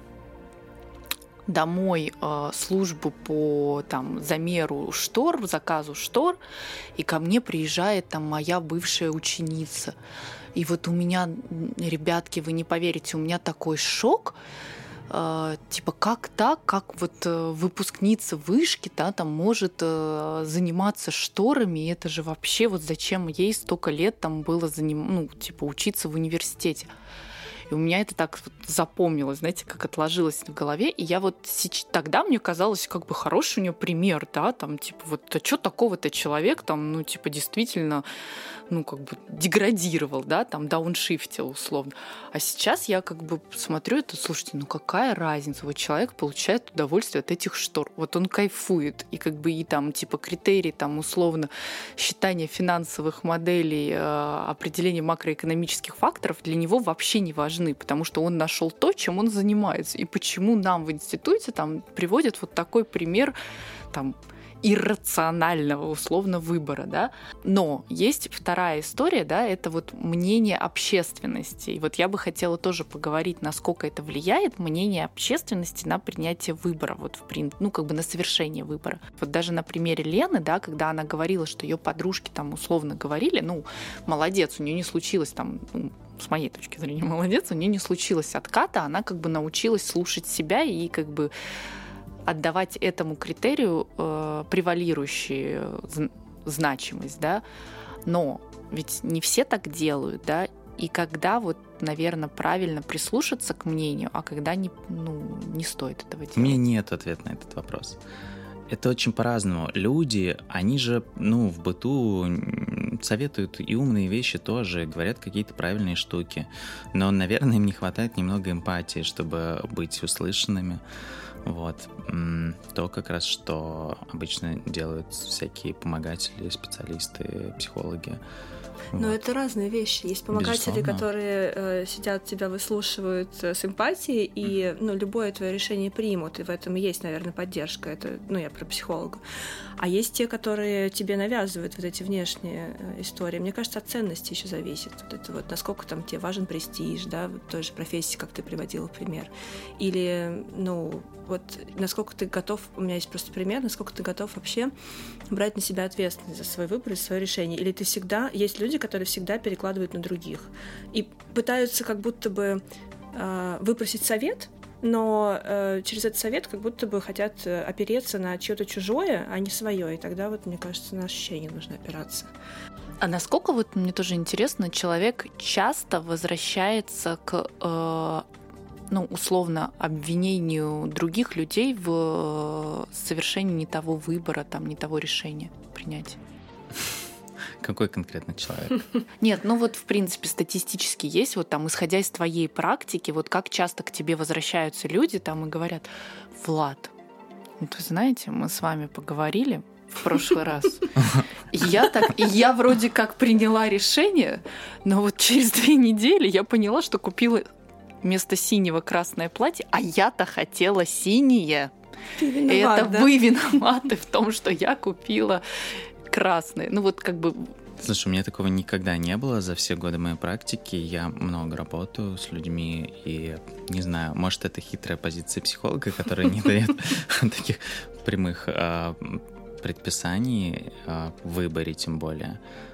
домой э, службу по там замеру штор, заказу штор, и ко мне приезжает там моя бывшая ученица. И вот у меня, ребятки, вы не поверите, у меня такой шок. Типа, как так, как вот выпускница вышки, да, там может заниматься шторами, и это же вообще вот зачем ей столько лет там было заним... ну, типа, учиться в университете. И у меня это так вот запомнилось, знаете, как отложилось в голове. И я вот сейчас, тогда мне казалось, как бы хороший у нее пример, да, там, типа, вот, а что такого-то человек там, ну, типа, действительно, ну, как бы деградировал, да, там, дауншифтил условно. А сейчас я как бы смотрю это, слушайте, ну, какая разница? Вот человек получает удовольствие от этих штор. Вот он кайфует. И как бы и там, типа, критерии, там, условно, считания финансовых моделей, определение макроэкономических факторов для него вообще не важны, потому что он нашел то, чем он занимается. И почему нам в институте там приводят вот такой пример там иррационального, условно, выбора, да. Но есть вторая история, да, это вот мнение общественности. И вот я бы хотела тоже поговорить, насколько это влияет, мнение общественности на принятие выбора, вот в принципе, ну, как бы на совершение выбора. Вот даже на примере Лены, да, когда она говорила, что ее подружки там условно говорили, ну, молодец, у нее не случилось там, ну, с моей точки зрения, молодец, у нее не случилось отката, она как бы научилась слушать себя и как бы отдавать этому критерию э, превалирующую значимость, да, но ведь не все так делают, да, и когда вот, наверное, правильно прислушаться к мнению, а когда не, ну, не стоит этого делать. У меня нет ответа на этот вопрос. Это очень по-разному. Люди, они же, ну, в быту советуют и умные вещи тоже, говорят какие-то правильные штуки, но, наверное, им не хватает немного эмпатии, чтобы быть услышанными. Вот. То как раз, что обычно делают всякие помогатели, специалисты, психологи. Но вот. Это разные вещи. Есть помогатели, Безусловно. которые э, сидят, тебя выслушивают э, с эмпатией, и mm. ну, любое твое решение примут, и в этом и есть, наверное, поддержка. Это, ну, я про психолога. А есть те, которые тебе навязывают вот эти внешние э, истории. Мне кажется, от ценности еще зависит. Вот это вот, насколько там тебе важен престиж, да, в той же профессии, как ты приводила в пример. Или, ну, вот насколько ты готов, у меня есть просто пример, насколько ты готов вообще брать на себя ответственность за свой выбор и свое решение. Или ты всегда... Есть люди, которые всегда перекладывают на других и пытаются как будто бы э, выпросить совет, но э, через этот совет как будто бы хотят опереться на чьё-то чужое, а не свое. И тогда вот, мне кажется, на ощущение нужно опираться. А насколько, вот мне тоже интересно, человек часто возвращается к... Э... ну, условно, обвинению других людей в совершении не того выбора, там, не того решения принятия. Какой конкретно человек? Нет, ну вот, в принципе, статистически есть, вот там, исходя из твоей практики, вот как часто к тебе возвращаются люди там и говорят: Влад, вот вы знаете, мы с вами поговорили в прошлый раз. И я так, и я вроде как приняла решение, но вот через две недели я поняла, что купила вместо синего красное платье, а я-то хотела синее. Виноват, это да? вы виноваты в том, что я купила красное. Ну вот как бы... Слушай, у меня такого никогда не было за все годы моей практики. Я много работаю с людьми, и, не знаю, может, это хитрая позиция психолога, которая не дает таких прямых предписаний в выборе, тем более.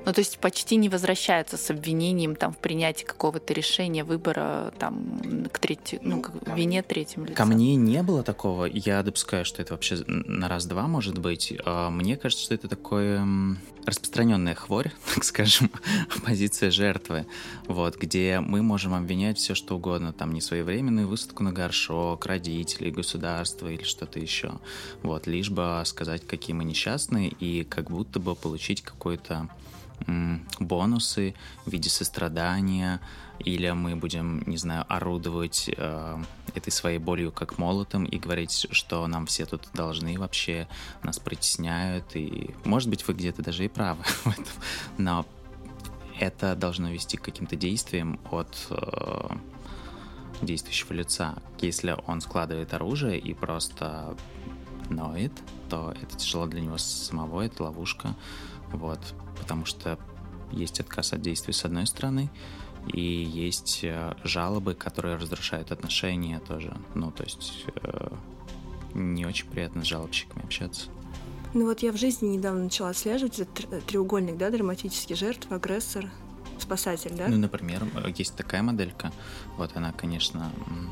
Ну, то есть почти не возвращаются с обвинением там, в принятии какого-то решения, выбора там, к, треть... ну, к вине третьим лицам. Ко мне не было такого. Я допускаю, что это вообще на раз-два может быть. Мне кажется, что это такое распространенная хворь, так скажем, позиция жертвы, вот, где мы можем обвинять все, что угодно, там, несвоевременную высадку на горшок, родителей, государства или что-то еще. Вот, лишь бы сказать, какие мы несчастные, и как будто бы получить какой-то бонусы в виде сострадания, или мы будем, не знаю, орудовать э, этой своей болью как молотом и говорить, что нам все тут должны вообще, нас притесняют, и, может быть, вы где-то даже и правы в этом, но это должно вести к каким-то действиям от э, действующего лица. Если он складывает оружие и просто ноет, то это тяжело для него самого, это ловушка. Вот, потому что есть отказ от действий с одной стороны, и есть жалобы, которые разрушают отношения тоже. Ну, то есть э, не очень приятно с жалобщиками общаться. Ну вот я в жизни недавно начала отслеживать этот треугольник, да, драматический: жертва, агрессор, спасатель, да? Ну, например, есть такая моделька, вот она, конечно,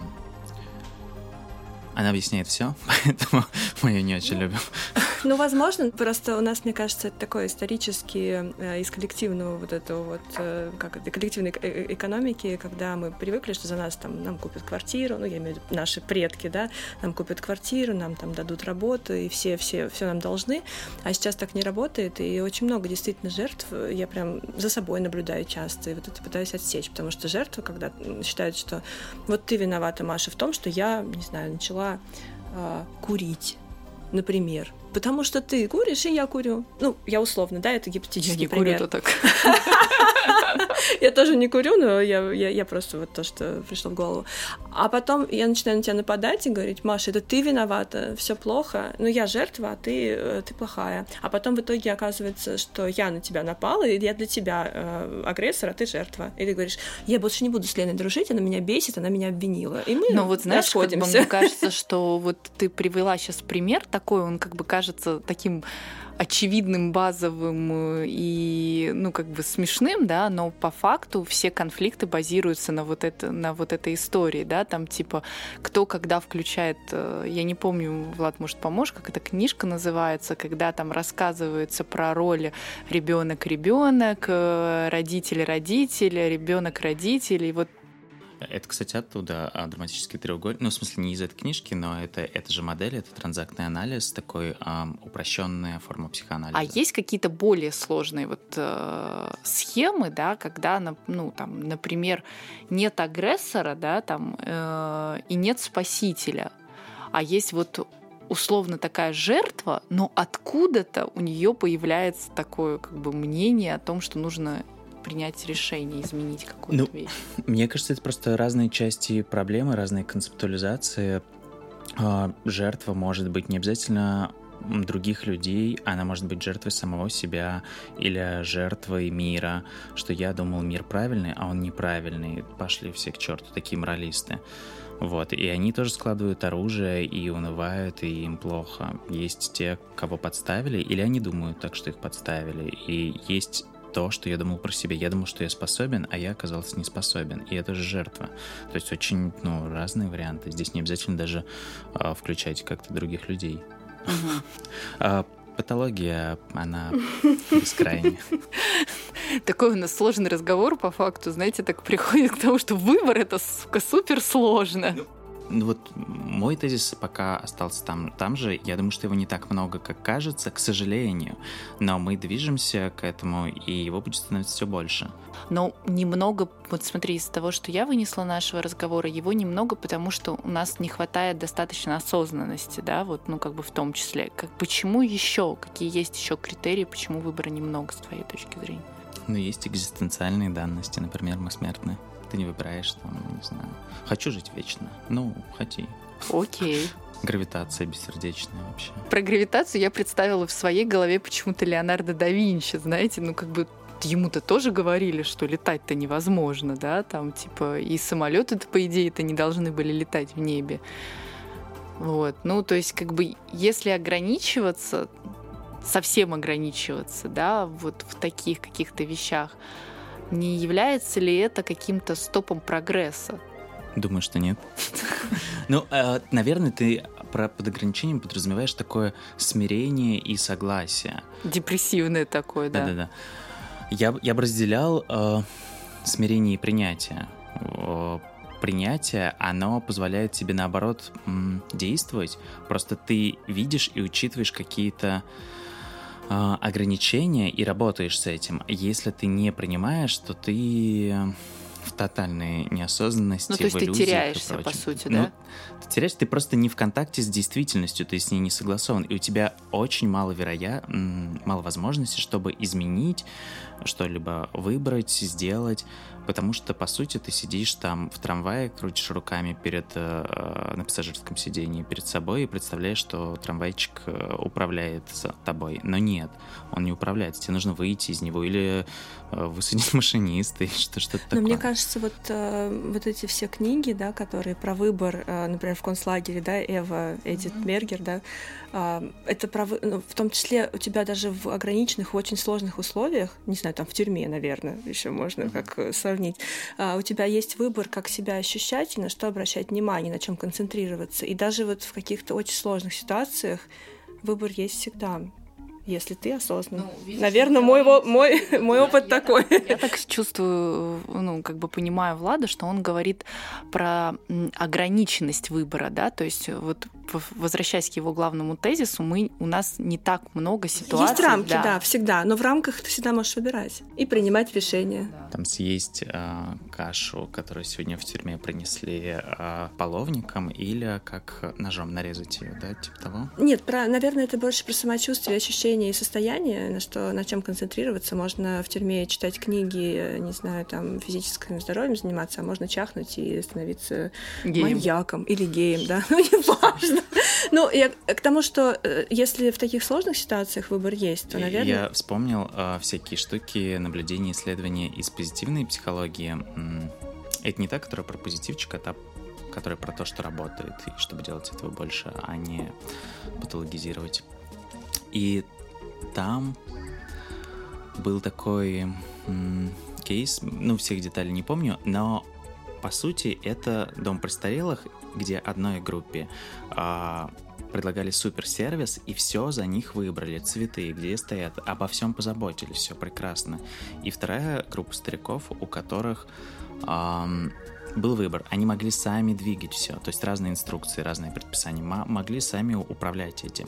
она объясняет все, поэтому мы ее не очень любим. Ну, возможно, просто у нас, мне кажется, это такое исторически э, из коллективного вот этого вот, э, как это, коллективной э- экономики, когда мы привыкли, что за нас там нам купят квартиру, ну, я имею в виду наши предки, да, нам купят квартиру, нам там дадут работу, и все, все, все нам должны, а сейчас так не работает, и очень много действительно жертв, я прям за собой наблюдаю часто, и вот это пытаюсь отсечь, потому что жертва, когда считают, что вот ты виновата, Маша, в том, что я, не знаю, начала э, курить, например. Потому что ты куришь, и я курю. Ну, я условно, да, это гипотетический я не пример. Курю, то так. Я тоже не курю, но я, я, я просто вот то, что пришло в голову. А потом я начинаю на тебя нападать и говорить: Маша, это ты виновата, все плохо, ну я жертва, а ты, ты плохая. А потом в итоге оказывается, что я на тебя напала, и я для тебя э, агрессор, а ты жертва. И ты говоришь: я больше не буду с Леной дружить, она меня бесит, она меня обвинила. И мы Но вот знаешь, как бы, расходимся. мне кажется, что вот ты привела сейчас пример такой, он как бы кажется таким очевидным, базовым и, ну, как бы смешным, да, но по факту все конфликты базируются на вот, это, на вот этой истории, да, там типа кто когда включает, я не помню, Влад, может, поможешь, как эта книжка называется, когда там рассказывается про роли ребенок-ребенок, родители-родители, ребенок-родители, и вот. Это, кстати, оттуда драматический треугольник. Ну, в смысле, не из этой книжки, но это, это же модель, это транзактный анализ, такой эм, упрощенная форма психоанализа. А есть какие-то более сложные вот э, схемы, да, когда, ну, там, например, нет агрессора, да, там, э, и нет спасителя, а есть вот условно такая жертва, но откуда-то у нее появляется такое, как бы, мнение о том, что нужно принять решение, изменить какую-то ну, вещь. Мне кажется, это просто разные части проблемы, разные концептуализации. Жертва может быть не обязательно других людей, она может быть жертвой самого себя или жертвой мира, что я думал, мир правильный, а он неправильный. Пошли все к черту, такие моралисты. Вот, и они тоже складывают оружие и унывают, и им плохо. Есть те, кого подставили, или они думают так, что их подставили. И есть то, что я думал про себя. Я думал, что я способен, а я оказался не способен. И это же жертва. То есть очень, ну, разные варианты. Здесь не обязательно даже а, включать как-то других людей. Uh-huh. А, патология, она бескрайняя. Такой у нас сложный разговор по факту. Знаете, так приходит к тому, что выбор — это, сука, супер сложно. Ну вот мой тезис пока остался там, там же. Я думаю, что его не так много, как кажется, к сожалению. Но мы движемся к этому, и его будет становиться все больше. Но немного, вот смотри, из того, что я вынесла нашего разговора, его немного, потому что у нас не хватает достаточно осознанности, да, вот, ну, как бы в том числе. Как, почему еще? Какие есть еще критерии, почему выбора немного, с твоей точки зрения? Ну, есть экзистенциальные данности, например, мы смертны. Ты не выбираешь, там, не знаю, хочу жить вечно. Ну, хоти. Окей. Гравитация бессердечная вообще. Про гравитацию я представила в своей голове почему-то Леонардо да Винчи, знаете, ну, как бы ему-то тоже говорили, что летать-то невозможно, да, там, типа, и самолеты-то, по идее-то, не должны были летать в небе. Вот, ну, то есть, как бы, если ограничиваться совсем ограничиваться, да, вот в таких каких-то вещах, не является ли это каким-то стопом прогресса? Думаю, что нет. Ну, наверное, ты под ограничением подразумеваешь такое смирение и согласие. Депрессивное такое, да. Да-да-да. Я, я бы разделял э, смирение и принятие. Э, принятие, оно позволяет тебе, наоборот, м, действовать. Просто ты видишь и учитываешь какие-то э, ограничения и работаешь с этим. Если ты не принимаешь, то ты в тотальной неосознанности, ну, то есть в ты иллюзиях теряешься, и по сути, ну, да? Ты теряешься, ты просто не в контакте с действительностью, ты с ней не согласован, и у тебя очень мало вероя... мало возможностей, чтобы изменить что-либо, выбрать, сделать, потому что, по сути, ты сидишь там в трамвае, крутишь руками перед, э, на пассажирском сидении перед собой и представляешь, что трамвайчик управляет тобой. Но нет, он не управляет. Тебе нужно выйти из него или э, высадить машиниста, или что-то такое. Но мне кажется, вот, э, вот эти все книги, да, которые про выбор, э, например, в концлагере, да, Эва Эдит mm-hmm. Бергер, да, э, это про, ну, в том числе у тебя даже в ограниченных, в очень сложных условиях, не знаю, там в тюрьме, наверное, еще можно mm-hmm. как сравнить, э, у тебя есть выбор, как себя ощущать и на что обращать внимание, на чем концентрироваться. И даже вот в каких-то очень сложных ситуациях выбор есть всегда. Если ты осознан. Ну, видишь, наверное, мой, мой, мой опыт я такой. Так, я так чувствую, ну, как бы понимаю Влада, что он говорит про ограниченность выбора, да, то есть вот возвращаясь к его главному тезису, мы, у нас не так много ситуаций. Есть рамки, да. да, всегда, но в рамках ты всегда можешь выбирать и принимать решения. Там съесть э, кашу, которую сегодня в тюрьме принесли э, половником, или как ножом нарезать ее, да, типа того? Нет, про, наверное, это больше про самочувствие, ощущение и состояние, на что, на чем концентрироваться. Можно в тюрьме читать книги, не знаю, там физическим здоровьем заниматься, а можно чахнуть и становиться геем. маньяком или геем, да, ну не важно. Ну, я к тому, что если в таких сложных ситуациях выбор есть, то, наверное... Я вспомнил э, всякие штуки, наблюдения, исследования из позитивной психологии. Это не та, которая про позитивчик, а та, которая про то, что работает, и чтобы делать этого больше, а не патологизировать. И там был такой м- кейс, ну, всех деталей не помню, но по сути это дом престарелых, где одной группе а, предлагали суперсервис, и все за них выбрали, цветы, где стоят, обо всем позаботились, все прекрасно. И вторая группа стариков, у которых а, был выбор, они могли сами двигать все, то есть разные инструкции, разные предписания, м- могли сами управлять этим.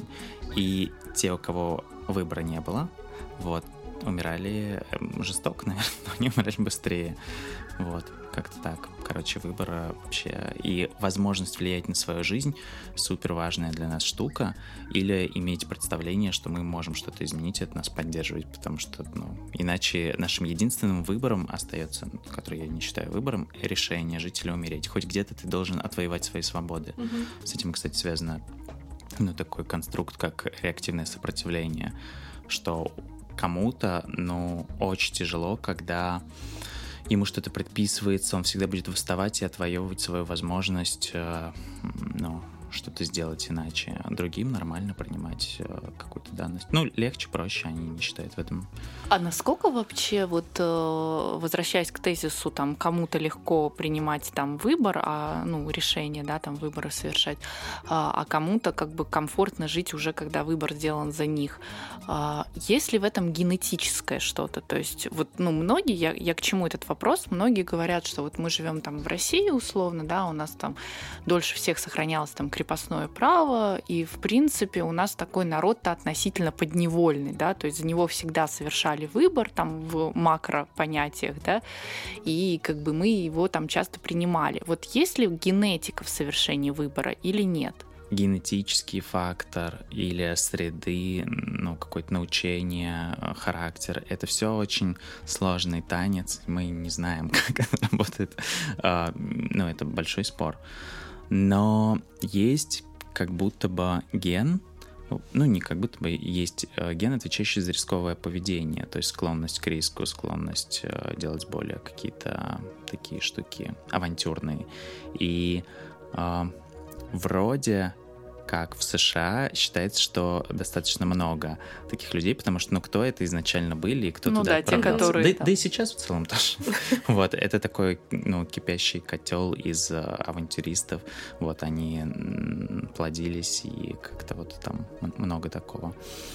И те, у кого выбора не было, вот, умирали жестоко, наверное, но они умирали быстрее. Вот, как-то так. Короче, выбор вообще и возможность влиять на свою жизнь супер важная для нас штука. Или иметь представление, что мы можем что-то изменить, это нас поддерживать, потому что, ну, иначе нашим единственным выбором остается, который я не считаю выбором, решение жить или умереть. Хоть где-то ты должен отвоевать свои свободы. Mm-hmm. С этим, кстати, связано, ну, такой конструкт, как реактивное сопротивление, что кому-то, ну, очень тяжело, когда ему что-то предписывается, он всегда будет восставать и отвоевывать свою возможность, э, ну, что-то сделать иначе. А другим нормально принимать э, какую-то данность. Ну, легче, проще, они не считают в этом. А насколько вообще, вот, э, возвращаясь к тезису, там, кому-то легко принимать там выбор, а, ну, решение, да, там, выборы совершать, а, а кому-то как бы комфортно жить уже, когда выбор сделан за них. А, есть ли в этом генетическое что-то? То есть, вот, ну, многие, я, я к чему этот вопрос? Многие говорят, что вот мы живем там в России условно, да, у нас там дольше всех сохранялось там крепостное право, и, в принципе, у нас такой народ-то относительно подневольный, да, то есть за него всегда совершали выбор там в макропонятиях, да, и как бы мы его там часто принимали. Вот есть ли генетика в совершении выбора или нет? Генетический фактор или среды, ну, какое-то научение, характер. Это все очень сложный танец. Мы не знаем, как это работает. Ну, это большой спор. Но есть как будто бы ген, ну, не как будто бы, есть ген, отвечающий за рисковое поведение, то есть склонность к риску, склонность делать более какие-то такие штуки авантюрные. И э, вроде как в США считается, что достаточно много таких людей, потому что, ну, кто это изначально были, и кто ну, туда да, отправлялся. Те, которые, да, да и сейчас в целом тоже. Вот, это такой, ну, кипящий котел из авантюристов. Вот, они плодились, и как-то вот там много такого.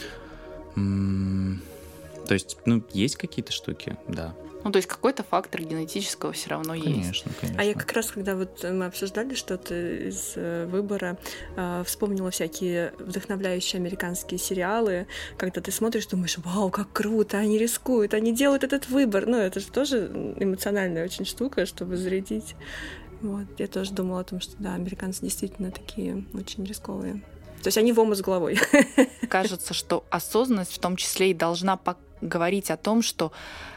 То есть, ну, есть какие-то штуки, да. Ну, то есть какой-то фактор генетического все равно конечно, есть. Конечно, конечно. А я как раз, когда вот мы обсуждали что-то из выбора, вспомнила всякие вдохновляющие американские сериалы, когда ты смотришь, думаешь, вау, как круто, они рискуют, они делают этот выбор. Ну, это же тоже эмоциональная очень штука, чтобы зарядить. Вот. Я тоже думала о том, что да, американцы действительно такие очень рисковые. То есть они в омут с головой. Кажется, что осознанность в том числе и должна говорить о том, что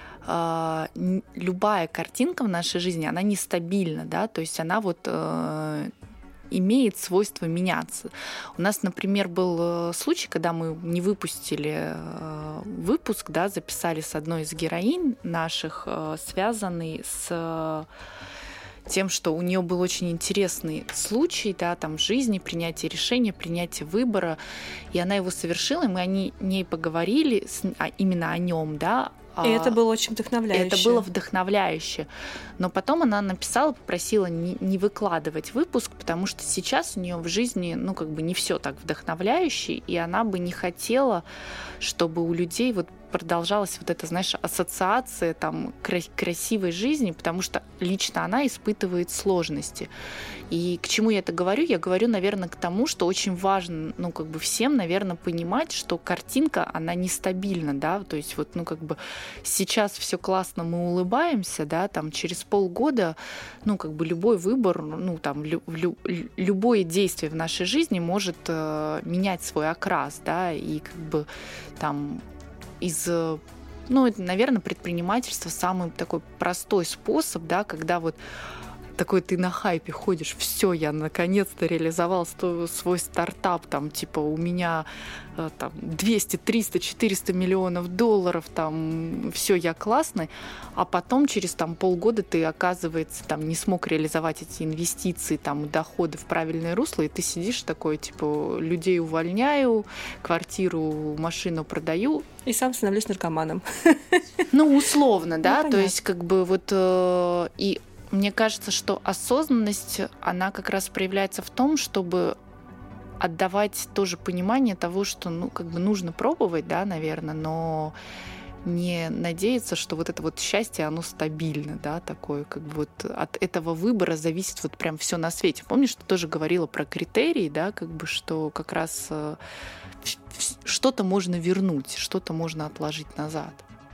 э, любая картинка в нашей жизни, она нестабильна, да, то есть она вот э, имеет свойство меняться. У нас, например, был случай, когда мы не выпустили э, выпуск, да, записали с одной из героинь наших, э, связанный с тем, что у нее был очень интересный случай, да, там в жизни, принятие решения, принятие выбора, и она его совершила, и мы о ней поговорили, а именно о нем, да. И это было очень вдохновляюще. Это было вдохновляюще. Но потом она написала, попросила не, не выкладывать выпуск, потому что сейчас у нее в жизни, ну, как бы не все так вдохновляюще, и она бы не хотела, чтобы у людей вот продолжалась вот эта, знаешь, ассоциация там красивой жизни, потому что лично она испытывает сложности. И к чему я это говорю? Я говорю, наверное, к тому, что очень важно, ну, как бы всем, наверное, понимать, что картинка, она нестабильна, да, то есть вот, ну, как бы сейчас все классно, мы улыбаемся, да, там через полгода, ну, как бы любой выбор, ну, там, лю- лю- любое действие в нашей жизни может э, менять свой окрас, да, и как бы там из, ну, это, наверное, предпринимательство самый такой простой способ, да, когда вот такой ты на хайпе ходишь, все, я наконец-то реализовал свой стартап, там, типа, у меня там двести, триста, четыреста миллионов долларов, там, все, я классный, а потом через там полгода ты, оказывается, там, не смог реализовать эти инвестиции, там, доходы в правильное русло, и ты сидишь такой, типа, людей увольняю, квартиру, машину продаю. И сам становлюсь наркоманом. Ну, условно, да, ну, то есть, как бы, вот, э, и мне кажется, что осознанность, она как раз проявляется в том, чтобы отдавать тоже понимание того, что, ну, как бы нужно пробовать, да, наверное, но не надеяться, что вот это вот счастье, оно стабильно, да, такое, как бы вот от этого выбора зависит вот прям все на свете. Помнишь, ты тоже говорила про критерии, да, как бы, что как раз э, что-то можно вернуть, что-то можно отложить назад.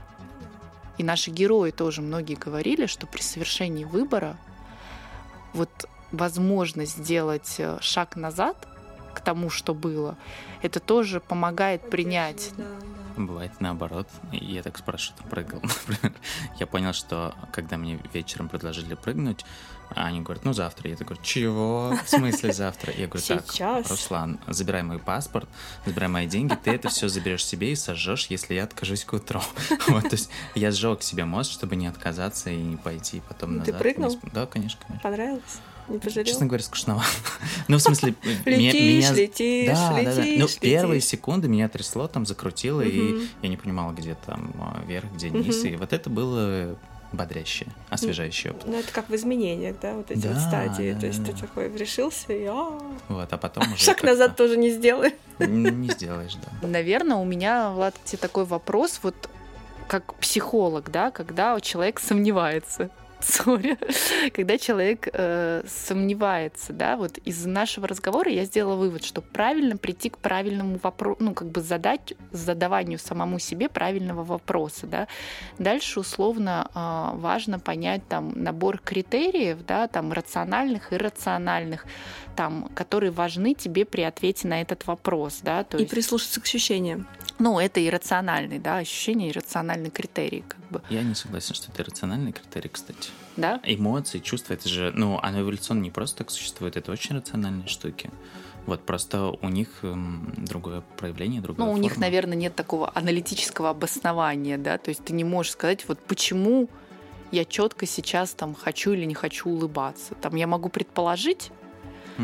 И наши герои тоже многие говорили, что при совершении выбора вот возможность сделать шаг назад к тому, что было, это тоже помогает принять. Да, да. Бывает наоборот. Я так спрашиваю, ты прыгал, например. Я понял, что когда мне вечером предложили прыгнуть, они говорят, ну завтра. Я такой, чего? В смысле завтра? Я говорю, так, Сейчас. Руслан, забирай мой паспорт, забирай мои деньги, ты это все заберешь себе и сожжешь, если я откажусь к утру. Вот, то есть я сжег себе мозг, чтобы не отказаться и не пойти потом назад. Ты прыгнул? Да, конечно, конечно. Понравилось? Не пожалел? Честно говоря, скучновато. Ну, в смысле... Летишь, меня... летишь, да, летишь, да, да. Ну, летишь. первые секунды меня трясло, там, закрутило, Угу. и я не понимала, где там вверх, где низ. Угу. И вот это было бодрящее, освежающее опыт. Ну, это как в изменениях, да, вот эти Да, вот стадии. да, То есть да. ты такой решился, и а Вот, а потом уже шаг как-то назад тоже не сделаешь. Не не сделаешь, да. Наверное, у меня, Влад, к тебе такой вопрос, вот как психолог, да, когда человек сомневается. Сори. Когда человек э, сомневается, да, вот из нашего разговора я сделала вывод, что правильно прийти к правильному вопросу, ну, как бы задать, задаванию самому себе правильного вопроса, да. Дальше, условно, э, важно понять там набор критериев, да, там рациональных и иррациональных, там, которые важны тебе при ответе на этот вопрос, да. То И есть, прислушаться к ощущениям. ну, это иррациональный, да, ощущение, иррациональный критерий, как бы. Я не согласен, что это рациональный критерий, кстати. Да? Эмоции, чувства, это же, ну, оно эволюционно не просто так существует, это очень рациональные штуки. Вот, просто у них эм, другое проявление, другое. Ну, у форма. них, наверное, нет такого аналитического обоснования, да, то есть ты не можешь сказать, вот почему я четко сейчас там хочу или не хочу улыбаться. Там я могу предположить, М.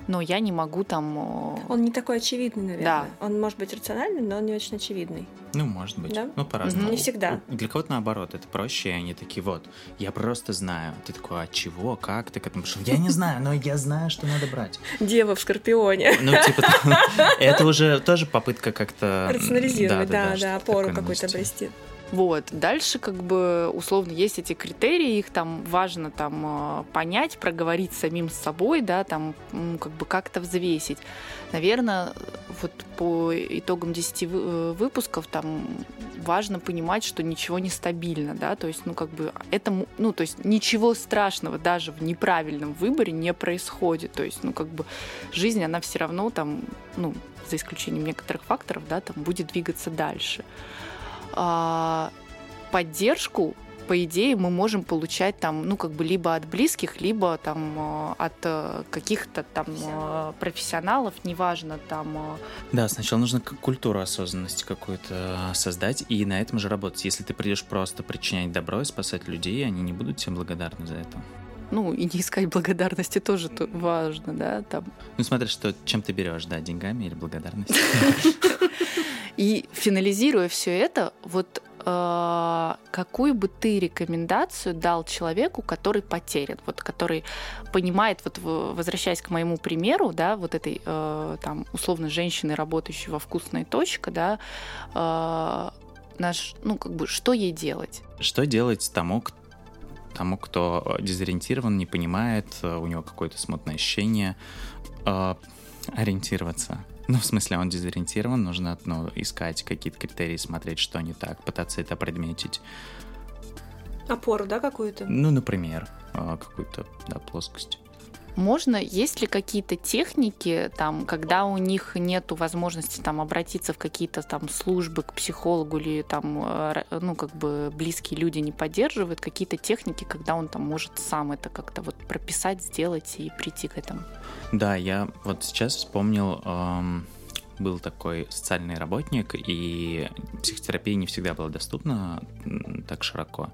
но я не могу там... Он не такой очевидный, наверное. Да. Он может быть рациональный, но он не очень очевидный. Ну, может быть. Да? Ну, по-разному. Не всегда. Для кого-то наоборот, это проще, и они такие, вот, я просто знаю. Ты такой, а чего, как ты к этому пришел? Я не знаю, но я знаю, что надо брать. Дева в Скорпионе. Ну, типа, это уже тоже попытка как-то... Рационализировать, да, да, опору какую-то обрести. Вот. Дальше, как бы, условно, есть эти критерии, их там важно там понять, проговорить самим с собой, да, там, ну, как бы как-то взвесить. Наверное, вот по итогам десяти выпусков там важно понимать, что ничего не стабильно, да, то есть, ну, как бы, это, ну, то есть, ничего страшного даже в неправильном выборе не происходит, то есть, ну, как бы, жизнь, она все равно там, ну, за исключением некоторых факторов, да, там будет двигаться дальше. Поддержку, по идее, мы можем получать там, ну, как бы либо от близких, либо там от каких-то там профессионалов, неважно, там... Да, сначала нужно культуру осознанности какую-то создать и на этом же работать. Если ты придешь просто причинять добро и спасать людей, они не будут тебе благодарны за это. Ну, и не искать благодарности тоже важно, да, там. Ну, смотри, что, чем ты берешь, да, деньгами или благодарностью. И финализируя все это, вот э, какую бы ты рекомендацию дал человеку, который потерян, вот, который понимает, вот, возвращаясь к моему примеру, да, вот этой э, там, условно женщины, работающей во «Вкусной точке», да, э, наш, ну, как бы, что ей делать? Что делать тому, кто тому, кто дезориентирован, не понимает, у него какое-то смутное ощущение, э, ориентироваться. Ну, в смысле, он дезориентирован, нужно, ну, искать какие-то критерии, смотреть, что не так, пытаться это предметить. Опору, да, какую-то? Ну, например, э, какую-то, да, плоскость. Можно, есть ли какие-то техники, там, когда у них нет возможности там, обратиться в какие-то там службы к психологу или там, ну, как бы близкие люди не поддерживают, какие-то техники, когда он там может сам это как-то вот прописать, сделать и прийти к этому? Да, я вот сейчас вспомнил, эм, был такой социальный работник, и психотерапия не всегда была доступна так широко.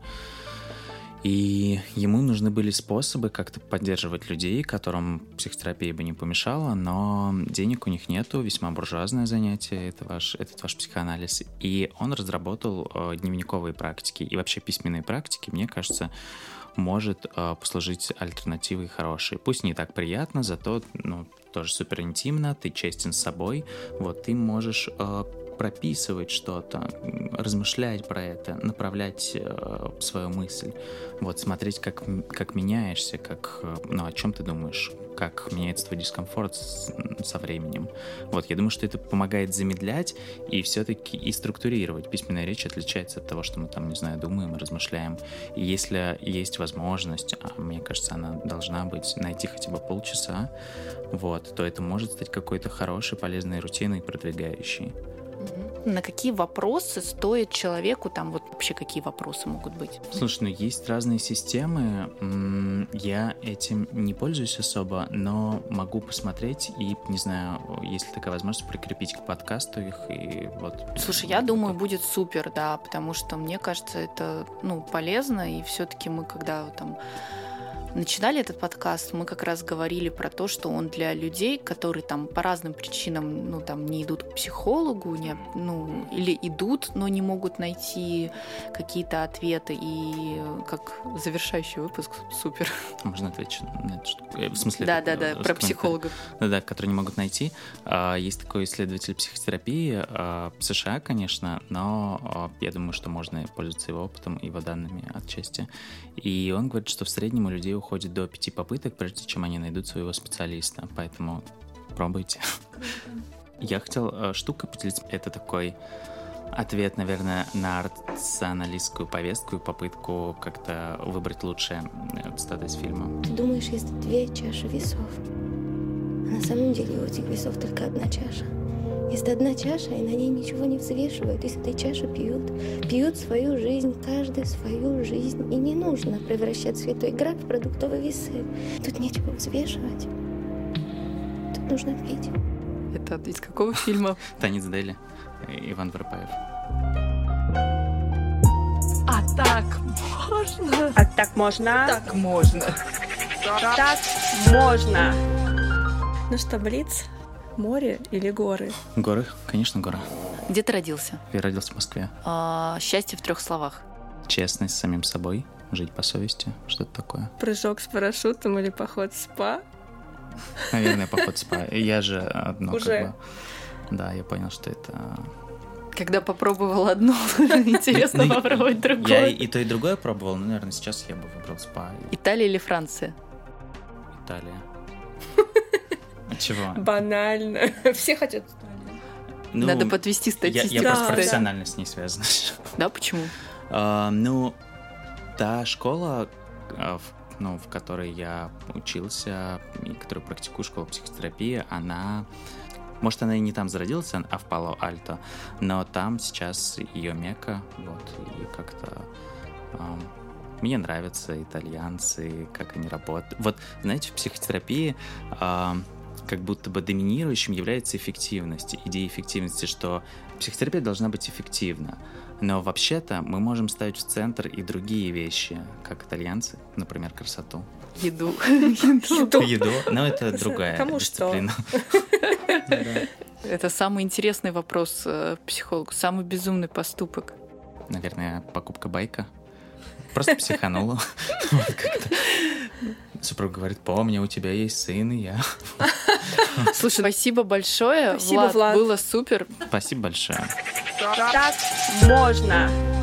И ему нужны были способы как-то поддерживать людей, которым психотерапия бы не помешала, но денег у них нету, весьма буржуазное занятие, это ваш, этот ваш психоанализ. И он разработал э, дневниковые практики и вообще письменные практики, мне кажется, может э, послужить альтернативой хорошей. Пусть не так приятно, зато, ну, тоже супер интимно, ты честен с собой, вот ты можешь э, прописывать что-то, размышлять про это, направлять э, свою мысль, вот смотреть, как, как меняешься, как, ну, о чем ты думаешь, как меняется твой дискомфорт с, со временем. Вот, я думаю, что это помогает замедлять и все-таки и структурировать. Письменная речь отличается от того, что мы там, не знаю, думаем и размышляем. И если есть возможность, а мне кажется, она должна быть, найти хотя бы полчаса, вот, то это может стать какой-то хорошей, полезной рутиной, продвигающей. На какие вопросы стоит человеку, там вот вообще какие вопросы могут быть? Слушай, ну есть разные системы, я этим не пользуюсь особо, но могу посмотреть и, не знаю, есть ли такая возможность прикрепить к подкасту их и вот. Слушай, я думаю, будет супер, да, потому что мне кажется, это, ну, полезно, и все-таки мы когда там начинали этот подкаст, мы как раз говорили про то, что он для людей, которые там по разным причинам, ну, там, не идут к психологу, не, ну, или идут, но не могут найти какие-то ответы. И как завершающий выпуск, супер. Можно ответить на эту штуку? В смысле? Да, да, да, про психологов. Да-да, которые не могут найти. Есть такой исследователь психотерапии в США, конечно, но я думаю, что можно пользоваться его опытом, его данными отчасти. И он говорит, что в среднем у людей уходит до пяти попыток, прежде чем они найдут своего специалиста. Поэтому пробуйте. Я хотел штукой поделиться. Это такой ответ, наверное, на рационалистскую повестку и попытку как-то выбрать лучшее. Цитата из фильма. Ты думаешь, есть две чаши весов. А на самом деле у этих весов только одна чаша. Есть одна чаша, и на ней ничего не взвешивают. Из этой чаши пьют. Пьют свою жизнь, каждый свою жизнь. И не нужно превращать святой граб в продуктовые весы. Тут нечего взвешивать. Тут нужно пить. Это из какого фильма? Танец Дели. Иван Воропаев. А так можно? А так можно? Так можно. Так можно. Ну что, блиц? Море или горы? Горы, конечно, горы. Где ты родился? Я родился в Москве. А, счастье в трех словах. Честность с самим собой, жить по совести, что-то такое. Прыжок с парашютом или поход в спа? Наверное, поход в спа. Я же одно Уже. как бы... Да, я понял, что это... Когда попробовал одно, интересно попробовать Я другое. и то, и другое пробовал, но, наверное, сейчас я бы выбрал спа. Италия или Франция? Италия. Чего? Банально. Все хотят. Ну, Надо подвести Я, статистику. я просто Да, профессионально с ней связан. Да, почему? А, ну, та школа, а, в, ну, в которой я учился, и которую практикую, школа психотерапии, она... Может, она и не там зародилась, а в Пало-Альто, но там сейчас ее мекка, вот, и как-то... ам, мне нравятся итальянцы, как они работают. Вот, знаете, в психотерапии ам, как будто бы доминирующим является эффективность, идея эффективности, что психотерапия должна быть эффективна. Но вообще-то мы можем ставить в центр и другие вещи, как итальянцы, например, красоту. Еду. Еду. Еду, но это другая Кому что? дисциплина. Это самый интересный вопрос э, психологу. Самый безумный поступок. Наверное, покупка байка. Просто психанула. Вот как-то. Супруг говорит: помни, у тебя есть сын, и я. Слушай, спасибо большое. Спасибо, Влад. Было супер. Спасибо большое. Так можно.